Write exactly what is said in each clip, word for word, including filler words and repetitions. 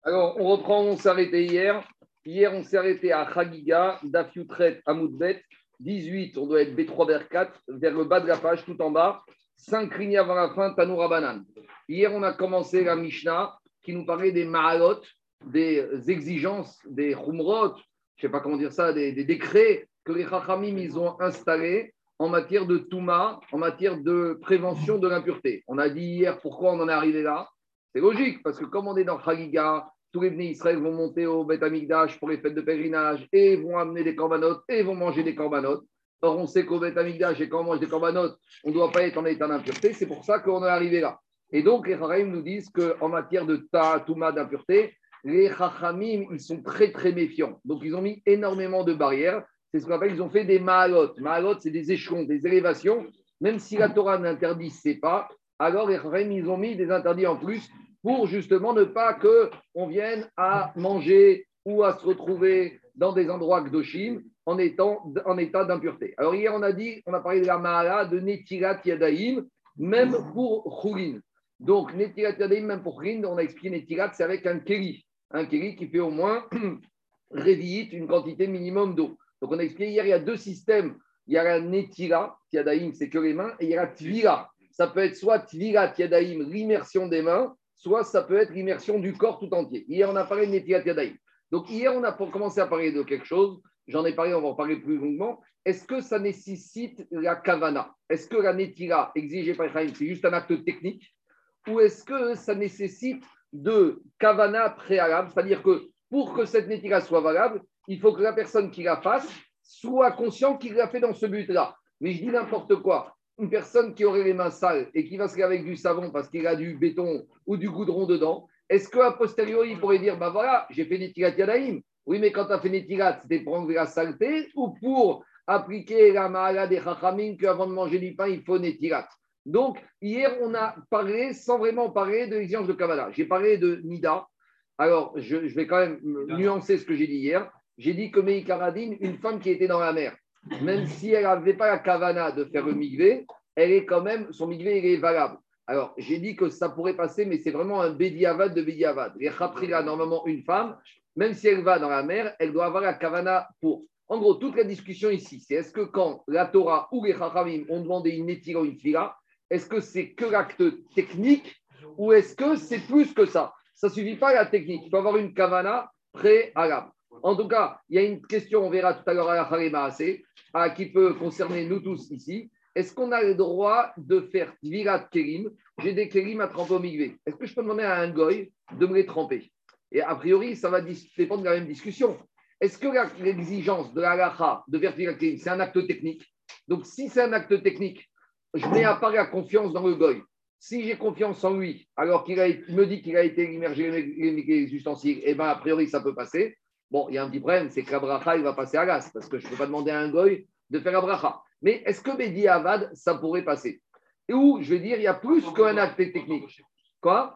Alors, on reprend, on s'est arrêté hier. Hier, on s'est arrêté à Chagiga, Daf Yutret, Amoudbet, dix-huit, on doit être B trois vers quatre, vers le bas de la page, tout en bas. Cinq lignes avant la fin, Tanoura Banan. Hier, on a commencé la Mishnah qui nous parlait des Ma'alot, des exigences, des Khumrot, je ne sais pas comment dire ça, des, des décrets que les Chachamim ils ont installés en matière de Touma, en matière de prévention de l'impureté. On a dit hier pourquoi on en est arrivé là. C'est logique, parce que comme on est dans Chagiga, tous les Bnei Israël vont monter au Beth Amikdash pour les fêtes de pèlerinage et vont amener des corbanotes et vont manger des corbanotes. Or, on sait qu'au Beth Amikdash, et quand on mange des corbanotes, on ne doit pas être en état d'impureté. C'est pour ça qu'on est arrivé là. Et donc, les Chachamim nous disent qu'en matière de Touma, d'impureté, les Chachamim, ils sont très, très méfiants. Donc, ils ont mis énormément de barrières. C'est ce qu'on appelle, ils ont fait des Ma'alot. Ma'alot, c'est des échelons, des élévations. Même si la Torah n'interdit c'est pas, alors les Chachamim, ils ont mis des interdits en plus pour justement ne pas qu'on vienne à manger ou à se retrouver dans des endroits gdoshim en, étant, en état d'impureté. Alors hier, on a dit, on a parlé de la Mahala, de Netilat Yadaïm, même pour Choulin. Donc, Netilat Yadaïm, même pour Choulin, on a expliqué Netilat, c'est avec un kéli. Un kéli qui fait au moins révillite une quantité minimum d'eau. Donc, on a expliqué hier, il y a deux systèmes. Il y a la Netilat Yadaïm, c'est que les mains, et il y a la Tvila. Ça peut être soit Tvila Yadaïm, l'immersion des mains, soit ça peut être l'immersion du corps tout entier. Hier, on a parlé de Netilat Yadaïm. Donc, hier, on a commencé à parler de quelque chose. J'en ai parlé, on va en parler plus longuement. Est-ce que ça nécessite la kavana? Est-ce que la Netila exigée par Chaim, c'est juste un acte technique? Ou est-ce que ça nécessite de kavana préalable? C'est-à-dire que pour que cette Netila soit valable, il faut que la personne qui la fasse soit consciente qu'il l'a fait dans ce but-là. Mais je dis n'importe quoi. Une personne qui aurait les mains sales et qui va se laver avec du savon parce qu'il a du béton ou du goudron dedans, est-ce qu'à posteriori, il pourrait dire, ben voilà, j'ai fait Netilat Yadaïm? Oui, mais quand tu as fait Netilat, c'était pour enlever la saleté ou pour appliquer la Mahala des Chachamim qu'avant de manger du pain, il faut Netilat. Donc, hier, on a parlé, sans vraiment parler de l'exigence de Kabbalah. J'ai parlé de Nida. Alors, je, je vais quand même nuancer ce que j'ai dit hier. J'ai dit que Meikaradine, une femme qui était dans la mer, même si elle n'avait pas la kavana de faire le migvé, elle est quand même, son migvé, il est valable. Alors, j'ai dit que ça pourrait passer, mais c'est vraiment un bédiavad de bédiavad. Les khaprila, normalement, une femme, même si elle va dans la mer, elle doit avoir la kavana pour. En gros, toute la discussion ici, c'est est-ce que quand la Torah ou les chachamim ont demandé une netira ou une fila, est-ce que c'est que l'acte technique ou est-ce que c'est plus que ça? Ça ne suffit pas la technique. Il faut avoir une kavana préalable. En tout cas, il y a une question, on verra tout à l'heure à la Harema assez, qui peut concerner nous tous ici. Est-ce qu'on a le droit de faire Tvirat Kerim? J'ai des Kerim à tremper au migvé. Est-ce que je peux demander à un goy de me les tremper? Et a priori, ça va dépendre de la même discussion. Est-ce que l'exigence de la halacha de faire Tvirat Kerim, c'est un acte technique? Donc, si c'est un acte technique, je mets à part la confiance dans le goy. Si j'ai confiance en lui, alors qu'il a, me dit qu'il a été immergé les, les ustensiles, et bien a priori, ça peut passer. Bon, il y a un petit problème, c'est que la bracha, il va passer à l'as, parce que je ne peux pas demander à un goy de faire la bracha. Mais est-ce que Bedi Avad, ça pourrait passer? Et où, je vais dire, il y a plus qu'un acte technique. Quoi?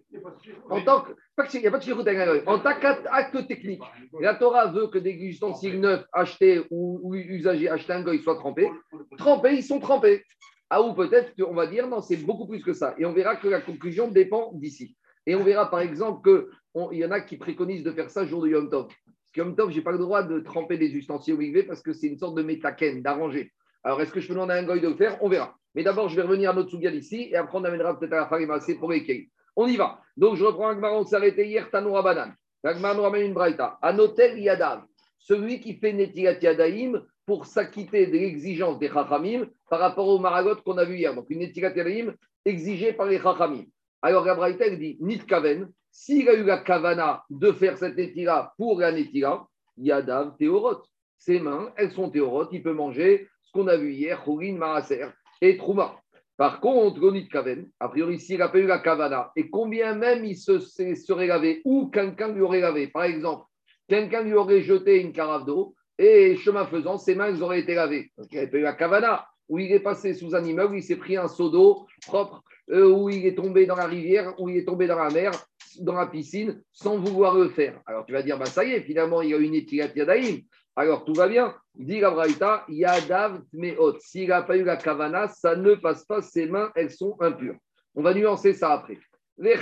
En tant que. Il n'y a pas de chiroute avec un goy. En tant qu'acte technique, la Torah veut que des ustensiles neufs achetés ou, ou usagés, achetés un goy, soient trempés. Trempés, ils sont trempés. Ah, ou peut-être qu'on va dire, non, c'est beaucoup plus que ça. Et on verra que la conclusion dépend d'ici. Et on verra par exemple qu'il y en a qui préconisent de faire ça le jour de Yom Tov. Parce que Yom Tov, je n'ai pas le droit de tremper des ustensiles au migvé parce que c'est une sorte de métaken, d'arranger. Alors, est-ce que je peux demander à un goy de le faire? On verra. Mais d'abord, je vais revenir à notre sougal ici et après, on amènera peut-être à la Farimacé pour les Kéli. On y va. Donc, je reprends Agmara, on s'est arrêté hier, Tanoura Banan. Agmara nous ramène une braïta. Anotel Yadav, celui qui fait Netilat Yadaïm pour s'acquitter de l'exigence des Chachamim par rapport au Maragot qu'on a vu hier. Donc, une Netilat Yadaïm exigée par les Chachamim. Alors, la braïta, elle dit Nitkaven, s'il a eu la kavana de faire cette netira pour la netira, Yadav Théorot. Ses mains, elles sont théorot, il peut manger ce qu'on a vu hier, Chorin, Maaser et Trouma. Par contre, le Nitkaven, a priori, s'il n'a pas eu la kavana, et combien même il se serait lavé, ou quelqu'un lui aurait lavé, par exemple, quelqu'un lui aurait jeté une carafe d'eau, et chemin faisant, ses mains elles auraient été lavées. Donc, il n'avait pas eu la kavana, où il est passé sous un immeuble, il s'est pris un seau d'eau propre, euh, où il est tombé dans la rivière, où il est tombé dans la mer, dans la piscine, sans vouloir le faire. Alors tu vas dire, bah, ça y est, finalement, il y a une Netilat Yadaïm. Alors tout va bien. Dit la Braïta, Yadav Tmeot. S'il n'a pas eu la kavana, ça ne passe pas, ses mains, elles sont impures. On va nuancer ça après. Lechen,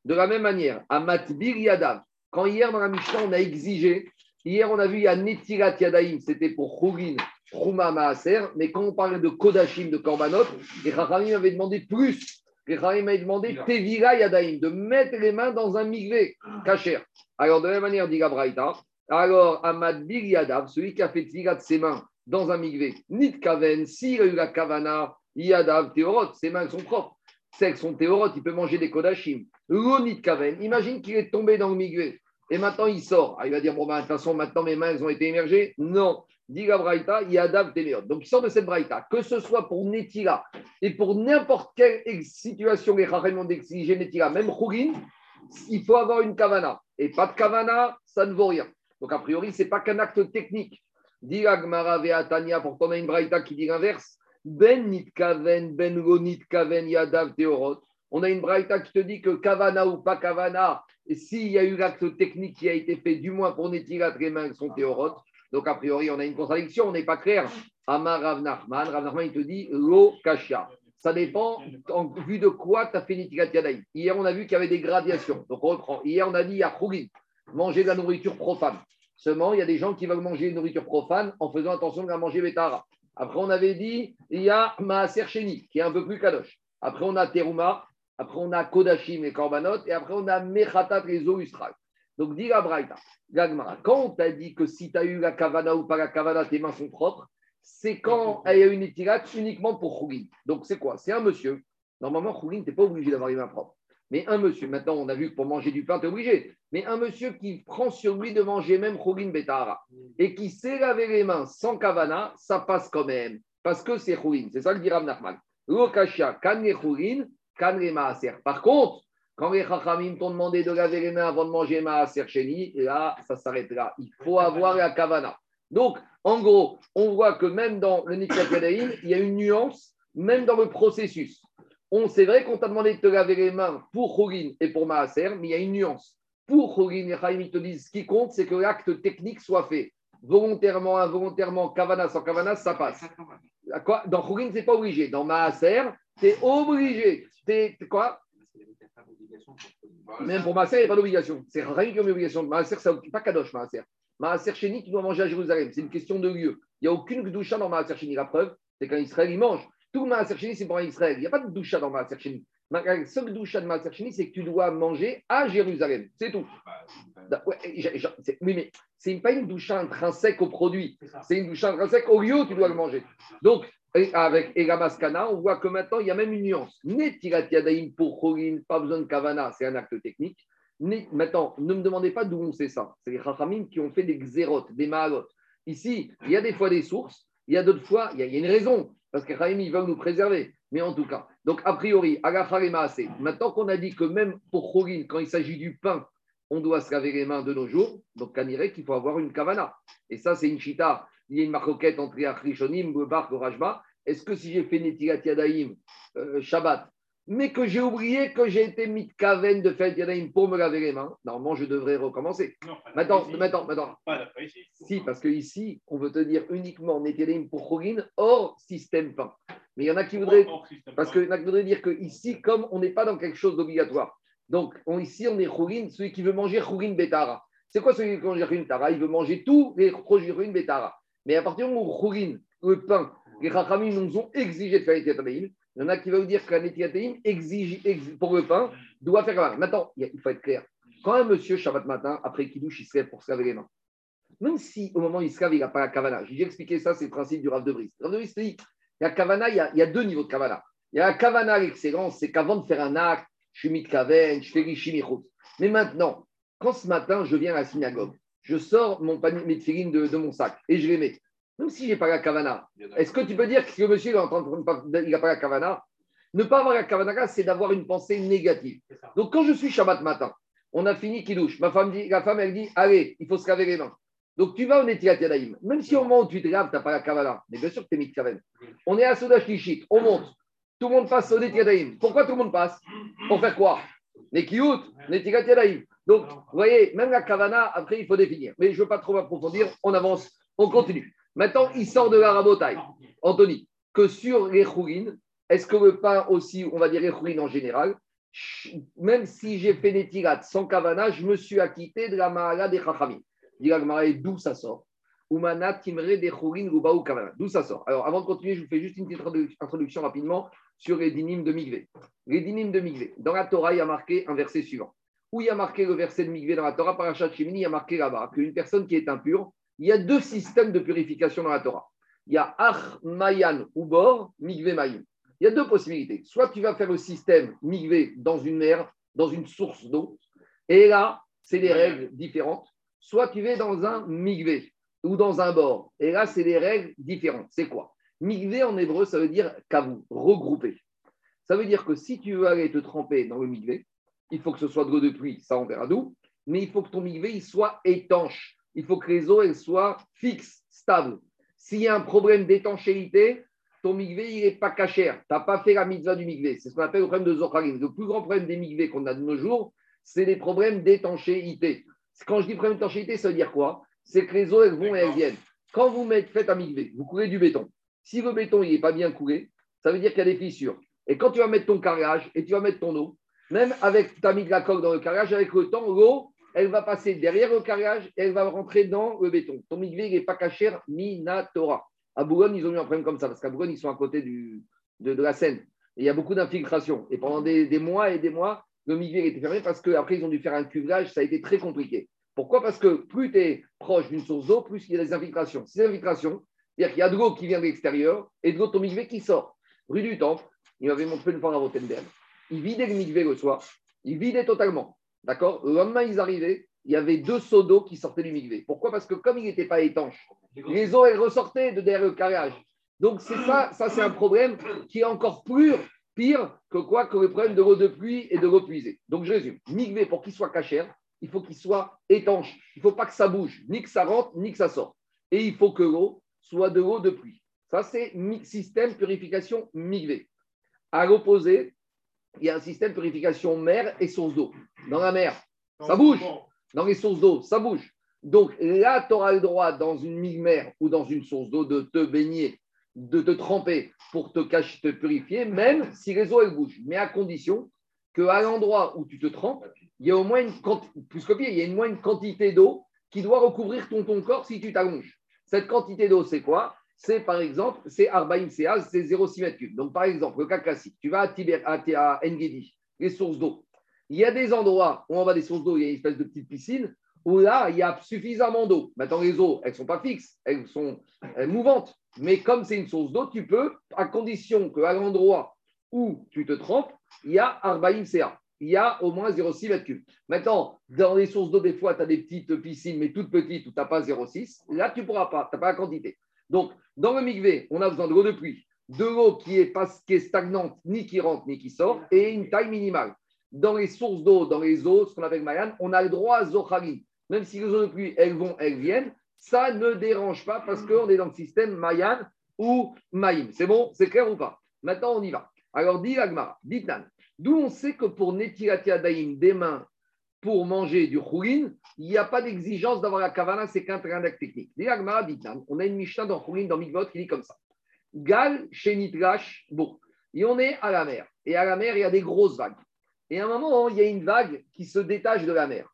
De la même manière, à Matbir Yadav, quand hier dans la Mishnah, on a exigé, hier on a vu il y a Netilat Yadaim, c'était pour Khourin, Chouma Maaser, mais quand on parlait de Kodashim, de Korbanot, les Chachamim avaient demandé plus. Les Chachamim avaient demandé Tevira Yadaim, de mettre les mains dans un migvé, kacher. Alors de la même manière, dit la Braïta, alors Amad Bir Yadav, celui qui a fait Tevira de ses mains dans un migvé, Nit Kaven, s'il a eu la Kavana, Yadav Théorot, ses mains sont propres. C'est que son Théorot, il peut manger des Kodashim. L'onit Kaven, imagine qu'il est tombé dans le migvé. Et maintenant, il sort. Ah, il va dire, bon, ben, de toute façon, maintenant, mes mains, elles ont été émergées. Non. Dit la Braïta, Yadav Téméot. Donc, il sort de cette Braïta. Que ce soit pour Netila et pour n'importe quelle situation, les Chachamim ont exigé Netila, même Khourin, il faut avoir une Kavana. Et pas de Kavana, ça ne vaut rien. Donc, a priori, ce n'est pas qu'un acte technique. Dit la Gemara Ve'atania, pourtant, on a une Braïta qui dit l'inverse. Ben Nitkaven, Ben Lo Nitkaven, Yadav Théorot. On a une Braïta qui te dit que Kavana ou pas Kavana, et s'il y a eu l'acte technique qui a été fait, du moins pour Netilat, les mains sont théorotes. Donc, a priori, on a une contradiction, on n'est pas clair. Amar Rav Nachman, Rav Nachman, il te dit Lo Kasha. Ça dépend en vue de quoi tu as fait Netilat Yadaïm. Hier, on a vu qu'il y avait des gradations. Donc, on reprend. Hier, on a dit à Khourin, manger de la nourriture profane. Seulement, il y a des gens qui veulent manger une nourriture profane en faisant attention à manger Betara. Après, on avait dit il y a Maaser Sheni, qui est un peu plus kadosh. Après, on a Teruma. Après, on a Kodashim et Korbanot. Et après, on a Mechatat les eaux ustrales. Donc, dit la Braïta, Gagmara, quand on t'a dit que si tu as eu la Kavana ou pas la Kavana, tes mains sont propres, c'est quand il y a une étirate uniquement pour Khourin. Donc, c'est quoi? C'est un monsieur. Normalement, Khourin, tu n'es pas obligé d'avoir les mains propres. Mais un monsieur, maintenant, on a vu que pour manger du pain, tu es obligé. Mais un monsieur qui prend sur lui de manger même Khourin Betahara et qui sait laver les mains sans Kavana, ça passe quand même. Parce que c'est Khourin. C'est ça que dit Rav Nachman. Lokasha, kan Khourin. Par contre, quand les Chachamim t'ont demandé de laver les mains avant de manger Maaser Sheni, là, ça s'arrête là. Il faut avoir la Kavana. Donc, en gros, on voit que même dans le Netilat Yadaim, il y a une nuance, même dans le processus. On, c'est vrai qu'on t'a demandé de te laver les mains pour Khourin et pour Maaser, mais il y a une nuance. Pour Khourin, les Chachamim te disent ce qui compte, c'est que l'acte technique soit fait. Volontairement, involontairement, Kavana sans Kavana, ça passe. Dans Khourin, ce n'est pas obligé. Dans Maaser, tu es obligé. T'es quoi? Même pour Maaser, il n'y a pas d'obligation. C'est rien qui a une obligation. Maaser, c'est pas Kadosh, Maaser. Maaser Sheni, tu dois manger à Jérusalem. C'est une question de lieu. Il n'y a aucune doucha dans Maaser Sheni. La preuve, c'est qu'en Israël, ils mangent. Tout Maaser Sheni, c'est pour un Israël. Il n'y a pas de doucha dans Maaser Sheni. La seule doucha de Maaser Sheni, c'est que tu dois manger à Jérusalem. C'est tout. Ouais, c'est, oui, mais c'est pas une doucha intrinsèque au produit. C'est une doucha intrinsèque au lieu où tu dois le manger. Donc, et avec Egamaskana, on voit que maintenant, il y a même une nuance. Netilat Yadaim pour Khourin, pas besoin de Kavana, c'est un acte technique. Maintenant, ne me demandez pas d'où on sait ça. C'est les Chachamim qui ont fait des xérotes, des mahalot. Ici, il y a des fois des sources, il y a d'autres fois, il y a, il y a une raison, parce que les Chachamim, ils veulent nous préserver. Mais en tout cas, donc a priori, Agachar et Maasé, maintenant qu'on a dit que même pour Khourin, quand il s'agit du pain, on doit se laver les mains de nos jours, donc Kanirek, qu'il faut avoir une Kavana. Et ça, c'est une chita. Il y a une marcoquette entre Achrishonim, Bebar, Gorajba. Est-ce que si j'ai fait Netilat Yadaim euh, Shabbat, mais que j'ai oublié que j'ai été mitkaven de faire Yadaim pour me laver les mains, normalement, je devrais recommencer. Non, maintenant, maintenant, maintenant. Pas ici. Si, parce qu'ici, on veut te dire uniquement Netilat Yadaim pour Khourin hors système pain. Mais il y en a qui voudraient. Parce qu'il y en a qui voudraient dire qu'ici, comme on n'est pas dans quelque chose d'obligatoire, donc on, ici, on est Khourin, celui qui veut manger Khourin Betara. C'est quoi celui qui veut manger Khourin Betara? Il veut manger tous les Khourin Betara. Mais à partir du moment où Khourin, le pain, les Chachamim nous ont exigé de faire Netilat Yadaim, il y en a qui veulent dire que la Netilat Yadaim exige, exige pour le pain doit faire Kavana. Maintenant, il faut être clair. Quand un monsieur, Shabbat matin, après Kiddush, il se lève pour se laver les mains, même si au moment où il se lave, il n'a pas la Kavana. J'ai déjà expliqué ça, c'est le principe du Rav de Brice. Le Rav de Brice dit la Kavana, il y, a, il y a deux niveaux de Kavana. Il y a la Kavana à l'excellence, c'est qu'avant de faire un acte, je suis mitkaven, je fais richimichut. Mais maintenant, quand ce matin, je viens à la synagogue, je sors mon panier mes tefilines de, de mon sac et je les mets. Même si je n'ai pas la Kavana, est-ce que tu peux dire que le monsieur n'a pas la Kavana? Ne pas avoir la Kavana, c'est d'avoir une pensée négative. Donc, quand je suis Shabbat matin, on a fini Kiddush. Ma femme dit, la femme, elle dit, allez, il faut se laver les mains. Donc, tu vas au Netilat Yadaim. Même si au moment où tu te laves, tu n'as pas la Kavana, mais bien sûr que tu es mitkaven. On est à Soda Shlichit, on monte. Tout le monde passe au Netilat Yadaim. Pourquoi tout le monde passe? Pour faire quoi? Nekiyut, Netilat Yadaim. Donc, vous voyez, même la Kavana, après, il faut définir. Mais je ne veux pas trop approfondir. On avance, on continue. Maintenant, il sort de la rabotaille. Anthony, que sur les chourines, est-ce que le pain aussi, on va dire les chourines en général, même si j'ai fait Netilat sans Kavana, je me suis acquitté de la Mahala des Chachamim. Dit la Gemara, d'où ça sort? Umana Timre des Chourin Rubaou Kavana. D'où ça sort? Alors, avant de continuer, je vous fais juste une petite introduction rapidement sur les dynimes de Migvé. Les dynimes de Migvé. Dans la Torah, il y a marqué un verset suivant. Où il y a marqué le verset de Migvé dans la Torah, Parashat Shemini, il y a marqué là-bas qu'une personne qui est impure, il y a deux systèmes de purification dans la Torah. Il y a Ach Mayan ou Bor, Migvé Mayim. Il y a deux possibilités. Soit tu vas faire le système Migvé dans une mer, dans une source d'eau, et là, c'est des règles différentes. Soit tu vas dans un Migvé ou dans un bord, et là, c'est des règles différentes. C'est quoi? Migvé en hébreu, ça veut dire kavou, regroupé. Ça veut dire que si tu veux aller te tremper dans le Migvé, il faut que ce soit de l'eau de pluie, ça on verra d'où, mais il faut que ton Migvé il soit étanche. Il faut que les eaux elles soient fixes, stables. S'il y a un problème d'étanchéité, ton Migvé il n'est pas cachère. Tu n'as pas fait la mitzvah du Migvé. C'est ce qu'on appelle le problème de Zocharim. Le plus grand problème des Migvés qu'on a de nos jours, c'est les problèmes d'étanchéité. Quand je dis problème d'étanchéité, ça veut dire quoi? C'est que les eaux, elles vont et elles viennent. Quand vous mettez, faites un Migvé, vous coulez du béton. Si le béton n'est pas bien coulé, ça veut dire qu'il y a des fissures. Et quand tu vas mettre ton carrelage et tu vas mettre ton eau, même avec, tu as mis de la coque dans le carrelage, avec le temps, l'eau, elle va passer derrière le carrelage et elle va rentrer dans le béton. Ton Migvé, il n'est pas cachère, Minatora. À Boulogne, ils ont eu un problème comme ça, parce qu'à Boulogne, ils sont à côté du, de, de la Seine. Et il y a beaucoup d'infiltration. Et pendant des, des mois et des mois, le Migvé était fermé parce qu'après, ils ont dû faire un cuvelage, ça a été très compliqué. Pourquoi? Parce que plus tu es proche d'une source d'eau, plus il y a des infiltrations. Ces infiltrations, c'est-à-dire qu'il y a de l'eau qui vient de l'extérieur et de l'eau de ton Migvé qui sort. Rue du Temple, il m'avait montré une fois à Rottenberg. Il vidait le Migvé le soir, il vidait totalement. D'accord? Le lendemain, ils arrivaient, il y avait deux seaux d'eau qui sortaient du Migvé. Pourquoi? Parce que comme il n'était pas étanche, les eaux, elles ressortaient de derrière le carrelage. Donc, c'est ça, ça c'est un problème qui est encore plus pire que quoi? Que le problème de l'eau de pluie et de l'eau puisée. Donc, je résume. Migvé, pour qu'il soit cachère, il faut qu'il soit étanche. Il ne faut pas que ça bouge, ni que ça rentre, ni que ça sorte. Et il faut que l'eau soit de l'eau de pluie. Ça, c'est système purification Migvé. À l'opposé, il y a un système purification mer et source d'eau. Dans la mer, ça bouge. Dans les sources d'eau, ça bouge. Donc là, tu auras le droit, dans une migmère ou dans une source d'eau, de te baigner, de te tremper pour te cacher, te purifier, même si les eaux, elles bougent. Mais à condition qu'à l'endroit où tu te trempes, il y a au moins une, plus que pire, il y a au moins une quantité d'eau qui doit recouvrir ton, ton corps si tu t'allonges. Cette quantité d'eau, c'est quoi? C'est par exemple, c'est Arbaïm C A, c'est zéro virgule six mètres cubes. Donc par exemple, le cas classique, tu vas à, Tiber, à, à Engedi, les sources d'eau. Il y a des endroits où on va des sources d'eau, il y a une espèce de petite piscine, où là, il y a suffisamment d'eau. Maintenant, les eaux, elles ne sont pas fixes, elles sont elles, mouvantes. Mais comme c'est une source d'eau, tu peux, à condition qu'à l'endroit où tu te trempes, il y a Arbaïm C A. Il y a au moins zéro virgule six mètres cubes. Maintenant, dans les sources d'eau, des fois, tu as des petites piscines, mais toutes petites, où tu n'as pas zéro virgule six. Là, tu ne pourras pas, tu n'as pas la quantité. Donc, dans le Migvé, on a besoin de l'eau de pluie, de l'eau qui est, pas, qui est stagnante, ni qui rentre, ni qui sort, et une taille minimale. Dans les sources d'eau, dans les eaux, ce qu'on appelle Mayan, on a le droit à Zocharim. Même si les eaux de pluie, elles vont, elles viennent, ça ne dérange pas parce qu'on est dans le système Mayan ou Maïm. C'est bon? C'est clair ou pas? Maintenant, on y va. Alors, dit Agmara, dit Nan, d'où on sait que pour Netirati Adaïm, des mains pour manger du choulin, il n'y a pas d'exigence d'avoir la kavana, c'est qu'un terrain d'acte technique. Dit Agmara, dit Nan, on a une Mishnah dans choulin, dans Mikvot, qui dit comme ça. Gal, Shenitrash, bon. Et on est à la mer. Et à la mer, il y a des grosses vagues. Et à un moment, il y a une vague qui se détache de la mer.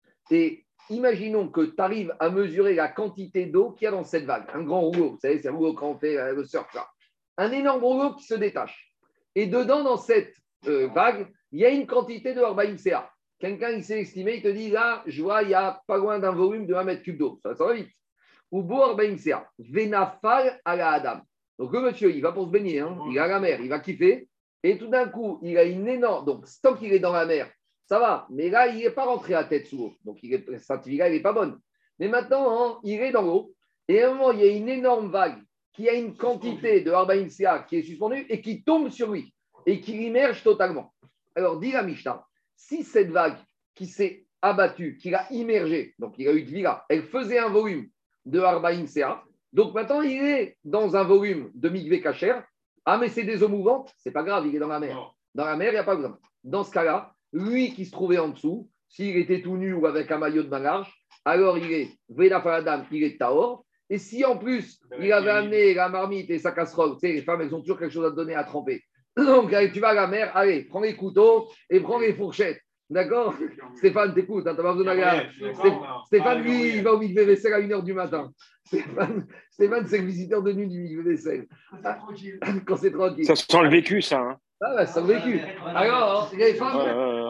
Et imaginons que tu arrives à mesurer la quantité d'eau qu'il y a dans cette vague. Un grand rouleau, vous savez, c'est un rouleau quand on fait le surf là. Un énorme rouleau qui se détache. Et dedans, dans cette euh, vague, il y a une quantité de Arbaïm C A. Quelqu'un, il s'est estimé, il te dit, là, je vois, il y a pas loin d'un volume de un mètre cube d'eau. Ça, ça va vite. Ou beau Arbaïm C A. Venafal à la Adam. Donc le monsieur, il va pour se baigner, hein, il est à la mer, il va kiffer. Et tout d'un coup, il a une énorme. Donc, tant qu'il est dans la mer, ça va. Mais là, il n'est pas rentré à tête sous l'eau. Donc, il est... sa activité n'est pas bonne. Mais maintenant, hein, il est dans l'eau. Et à un moment, il y a une énorme vague qui a une quantité de Arbaïm C A qui est suspendue et qui tombe sur lui et qui l'immerge totalement. Alors, dit la Mishnah, si cette vague qui s'est abattue, qui l'a immergé, donc il a eu de vira, elle faisait un volume de Arbaïm C A, donc maintenant, il est dans un volume de Mikvé Kacher. Ah, mais c'est des eaux mouvantes, c'est pas grave, il est dans la mer. Non. Dans la mer, il n'y a pas besoin. Dans ce cas-là, lui qui se trouvait en dessous, s'il était tout nu ou avec un maillot de main large, alors il est Veda Faradam, il est Taor. Et si en plus, il avait amené la marmite et sa casserole, tu sais, les femmes, elles ont toujours quelque chose à donner à tremper. Donc, allez, tu vas à la mer, allez, prends les couteaux et prends les fourchettes. D'accord? Stéphane, t'écoutes, hein, t'as pas besoin d'aller à... Stéphane, lui, il va au mikvé vaisselle à une heure du matin. Stéphane, Stéphane c'est le visiteur de nuit du mikvé vaisselle. Quand c'est tranquille. Ça sent le vécu, ça. Hein. Ah ouais, ça a vécu. Alors, les femmes, euh...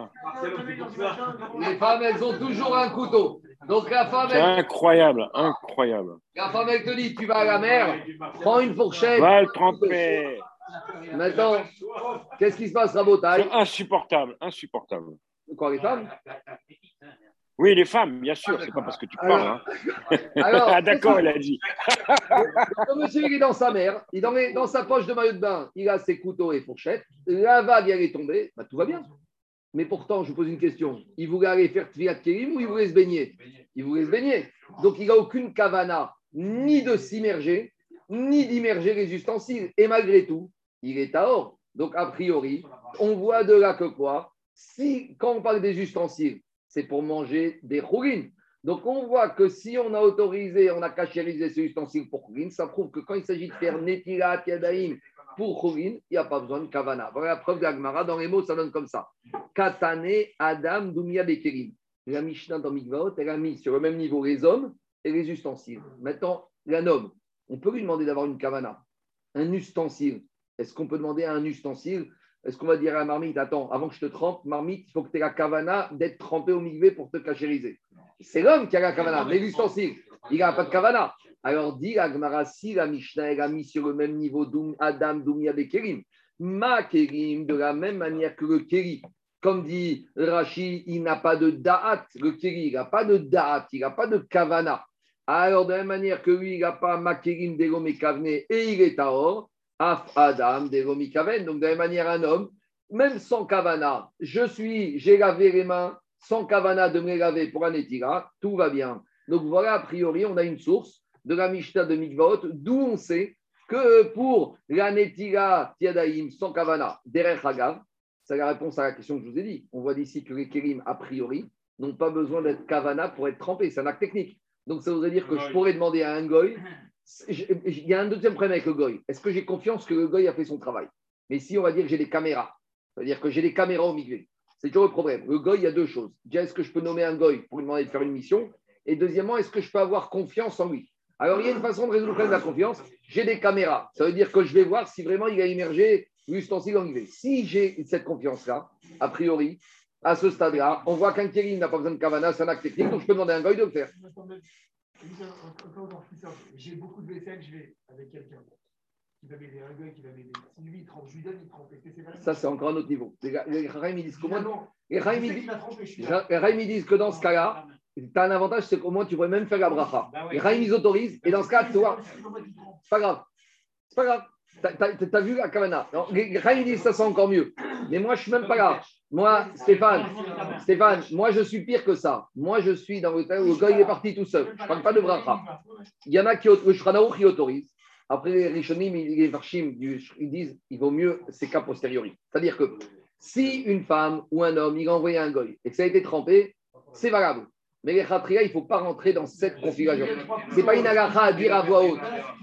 les femmes, elles ont toujours un couteau. Donc la femme, c'est elle... incroyable, incroyable. La femme, elle te dit, tu vas à la mer, prends une fourchette. Va le tremper. Maintenant, qu'est-ce qui se passe, Rabotaï? C'est insupportable, insupportable. Quoi, les femmes? Oui, les femmes, bien sûr, c'est pas parce que tu parles. Alors, hein. alors, ah, d'accord, elle a dit. Le monsieur, il est dans sa mer, il est dans, les- dans sa poche de maillot de bain, il a ses couteaux et fourchettes, la vague, elle est tombée, bah, tout va bien. Mais pourtant, je vous pose une question, il voulait aller faire Tviat Kérim ou il voulait se baigner? Il voulait se baigner. Donc, il n'a aucune kavana, ni de s'immerger, ni d'immerger les ustensiles. Et malgré tout, il est à or. Donc, a priori, on voit de là que quoi? Si, quand on parle des ustensiles, c'est pour manger des chourines. Donc, on voit que si on a autorisé, on a cachérisé ces ustensiles pour chourines, ça prouve que quand il s'agit de faire netilat yadaïm pour chourines, il n'y a pas besoin de kavana. Voilà la preuve d'Agmara. Dans les mots, ça donne comme ça. Katane, Adam, Doumia, Bekerim. La Mishnah dans Mikvaot, elle a mis sur le même niveau les hommes et les ustensiles. Maintenant, un homme, on peut lui demander d'avoir une kavana, un ustensile. Est-ce qu'on peut demander à un ustensile? Est-ce qu'on va dire à la marmite, attends, avant que je te trempe, marmite, il faut que tu aies la kavana d'être trempé au mikvé pour te cachériser. C'est l'homme qui a la kavana, mais l'ustensile, il n'a pas de kavana. Alors, dit la Gemara, si la Mishnah elle a mis sur le même niveau Adam, Doumia, Bekerim, ma Kerim, de la même manière que le Keri, comme dit Rashi, il n'a pas de da'at, le Keri, il n'a pas de da'at, il n'a pas de kavana. Alors, de la même manière que lui, il n'a pas ma Kerim, Degome Kavne, et il est à or, Af Adam, Degome Kaven. Donc, de la même manière, un homme, même sans kavana, je suis, j'ai lavé les mains, sans kavana de me les laver pour un étira, tout va bien. Donc, voilà, a priori, on a une source de la Mishnah de Mikvaot, d'où on sait que pour la Netira Tiadaïm sans Kavana, Derech Hagav, c'est la réponse à la question que je vous ai dit. On voit d'ici que les Kérim, a priori, n'ont pas besoin d'être Kavana pour être trempés. C'est un acte technique. Donc ça voudrait dire que je pourrais demander à un Goy. Il y a un deuxième problème avec le Goy. Est-ce que j'ai confiance que le Goy a fait son travail? Mais si on va dire que j'ai des caméras, c'est-à-dire que j'ai des caméras au Mikvé, c'est toujours le problème. Le Goy, il y a deux choses. Déjà, est-ce que je peux nommer un Goy pour lui demander de faire une mission? Et deuxièmement, est-ce que je peux avoir confiance en lui? Alors, il y a une façon de résoudre le problème de la confiance. J'ai des caméras. Ça veut dire que je vais voir si vraiment il a immergé l'ustensile en I V. Si j'ai cette confiance-là, a priori, à ce stade-là, on voit qu'un kérim n'a pas besoin de kavana, c'est un acte technique, donc je peux demander à un goy de le faire. J'ai beaucoup de vaisselle, je vais avec quelqu'un qui va m'aider, un goy qui va m'aider. Si lui, il trempe, je lui donne, il trempe. Est-ce que c'est vrai? Ça, c'est encore un autre niveau. Les Rahim, ils disent comment? Les Rahim, ils disent que dans ce cas-là, tu as un avantage, c'est qu'au moins tu pourrais même faire la bracha. Bah ouais. Les Rahim, ils autorisent, et dans ce cas, tu vois, c'est pas grave. C'est pas grave. Tu as vu la kavana. Les Rahim, ils disent ça, c'est encore mieux. Mais moi, je suis même pas là. Moi, Stéphane, Stéphane, moi, je suis pire que ça. Moi, je suis dans le cas où le gars, il est parti tout seul. Je ne parle pas de bracha. Il y en a qui, le Shranaour, qui autorise. Après, les Rishonim, les Varshim, ils disent il vaut mieux ces cas posteriori. C'est-à-dire que si une femme ou un homme, il a envoyé un goy et que ça a été trempé, c'est valable. Mais les khatria, il ne faut pas rentrer dans cette configuration. Ce n'est pas une halakha à dire à voix haute.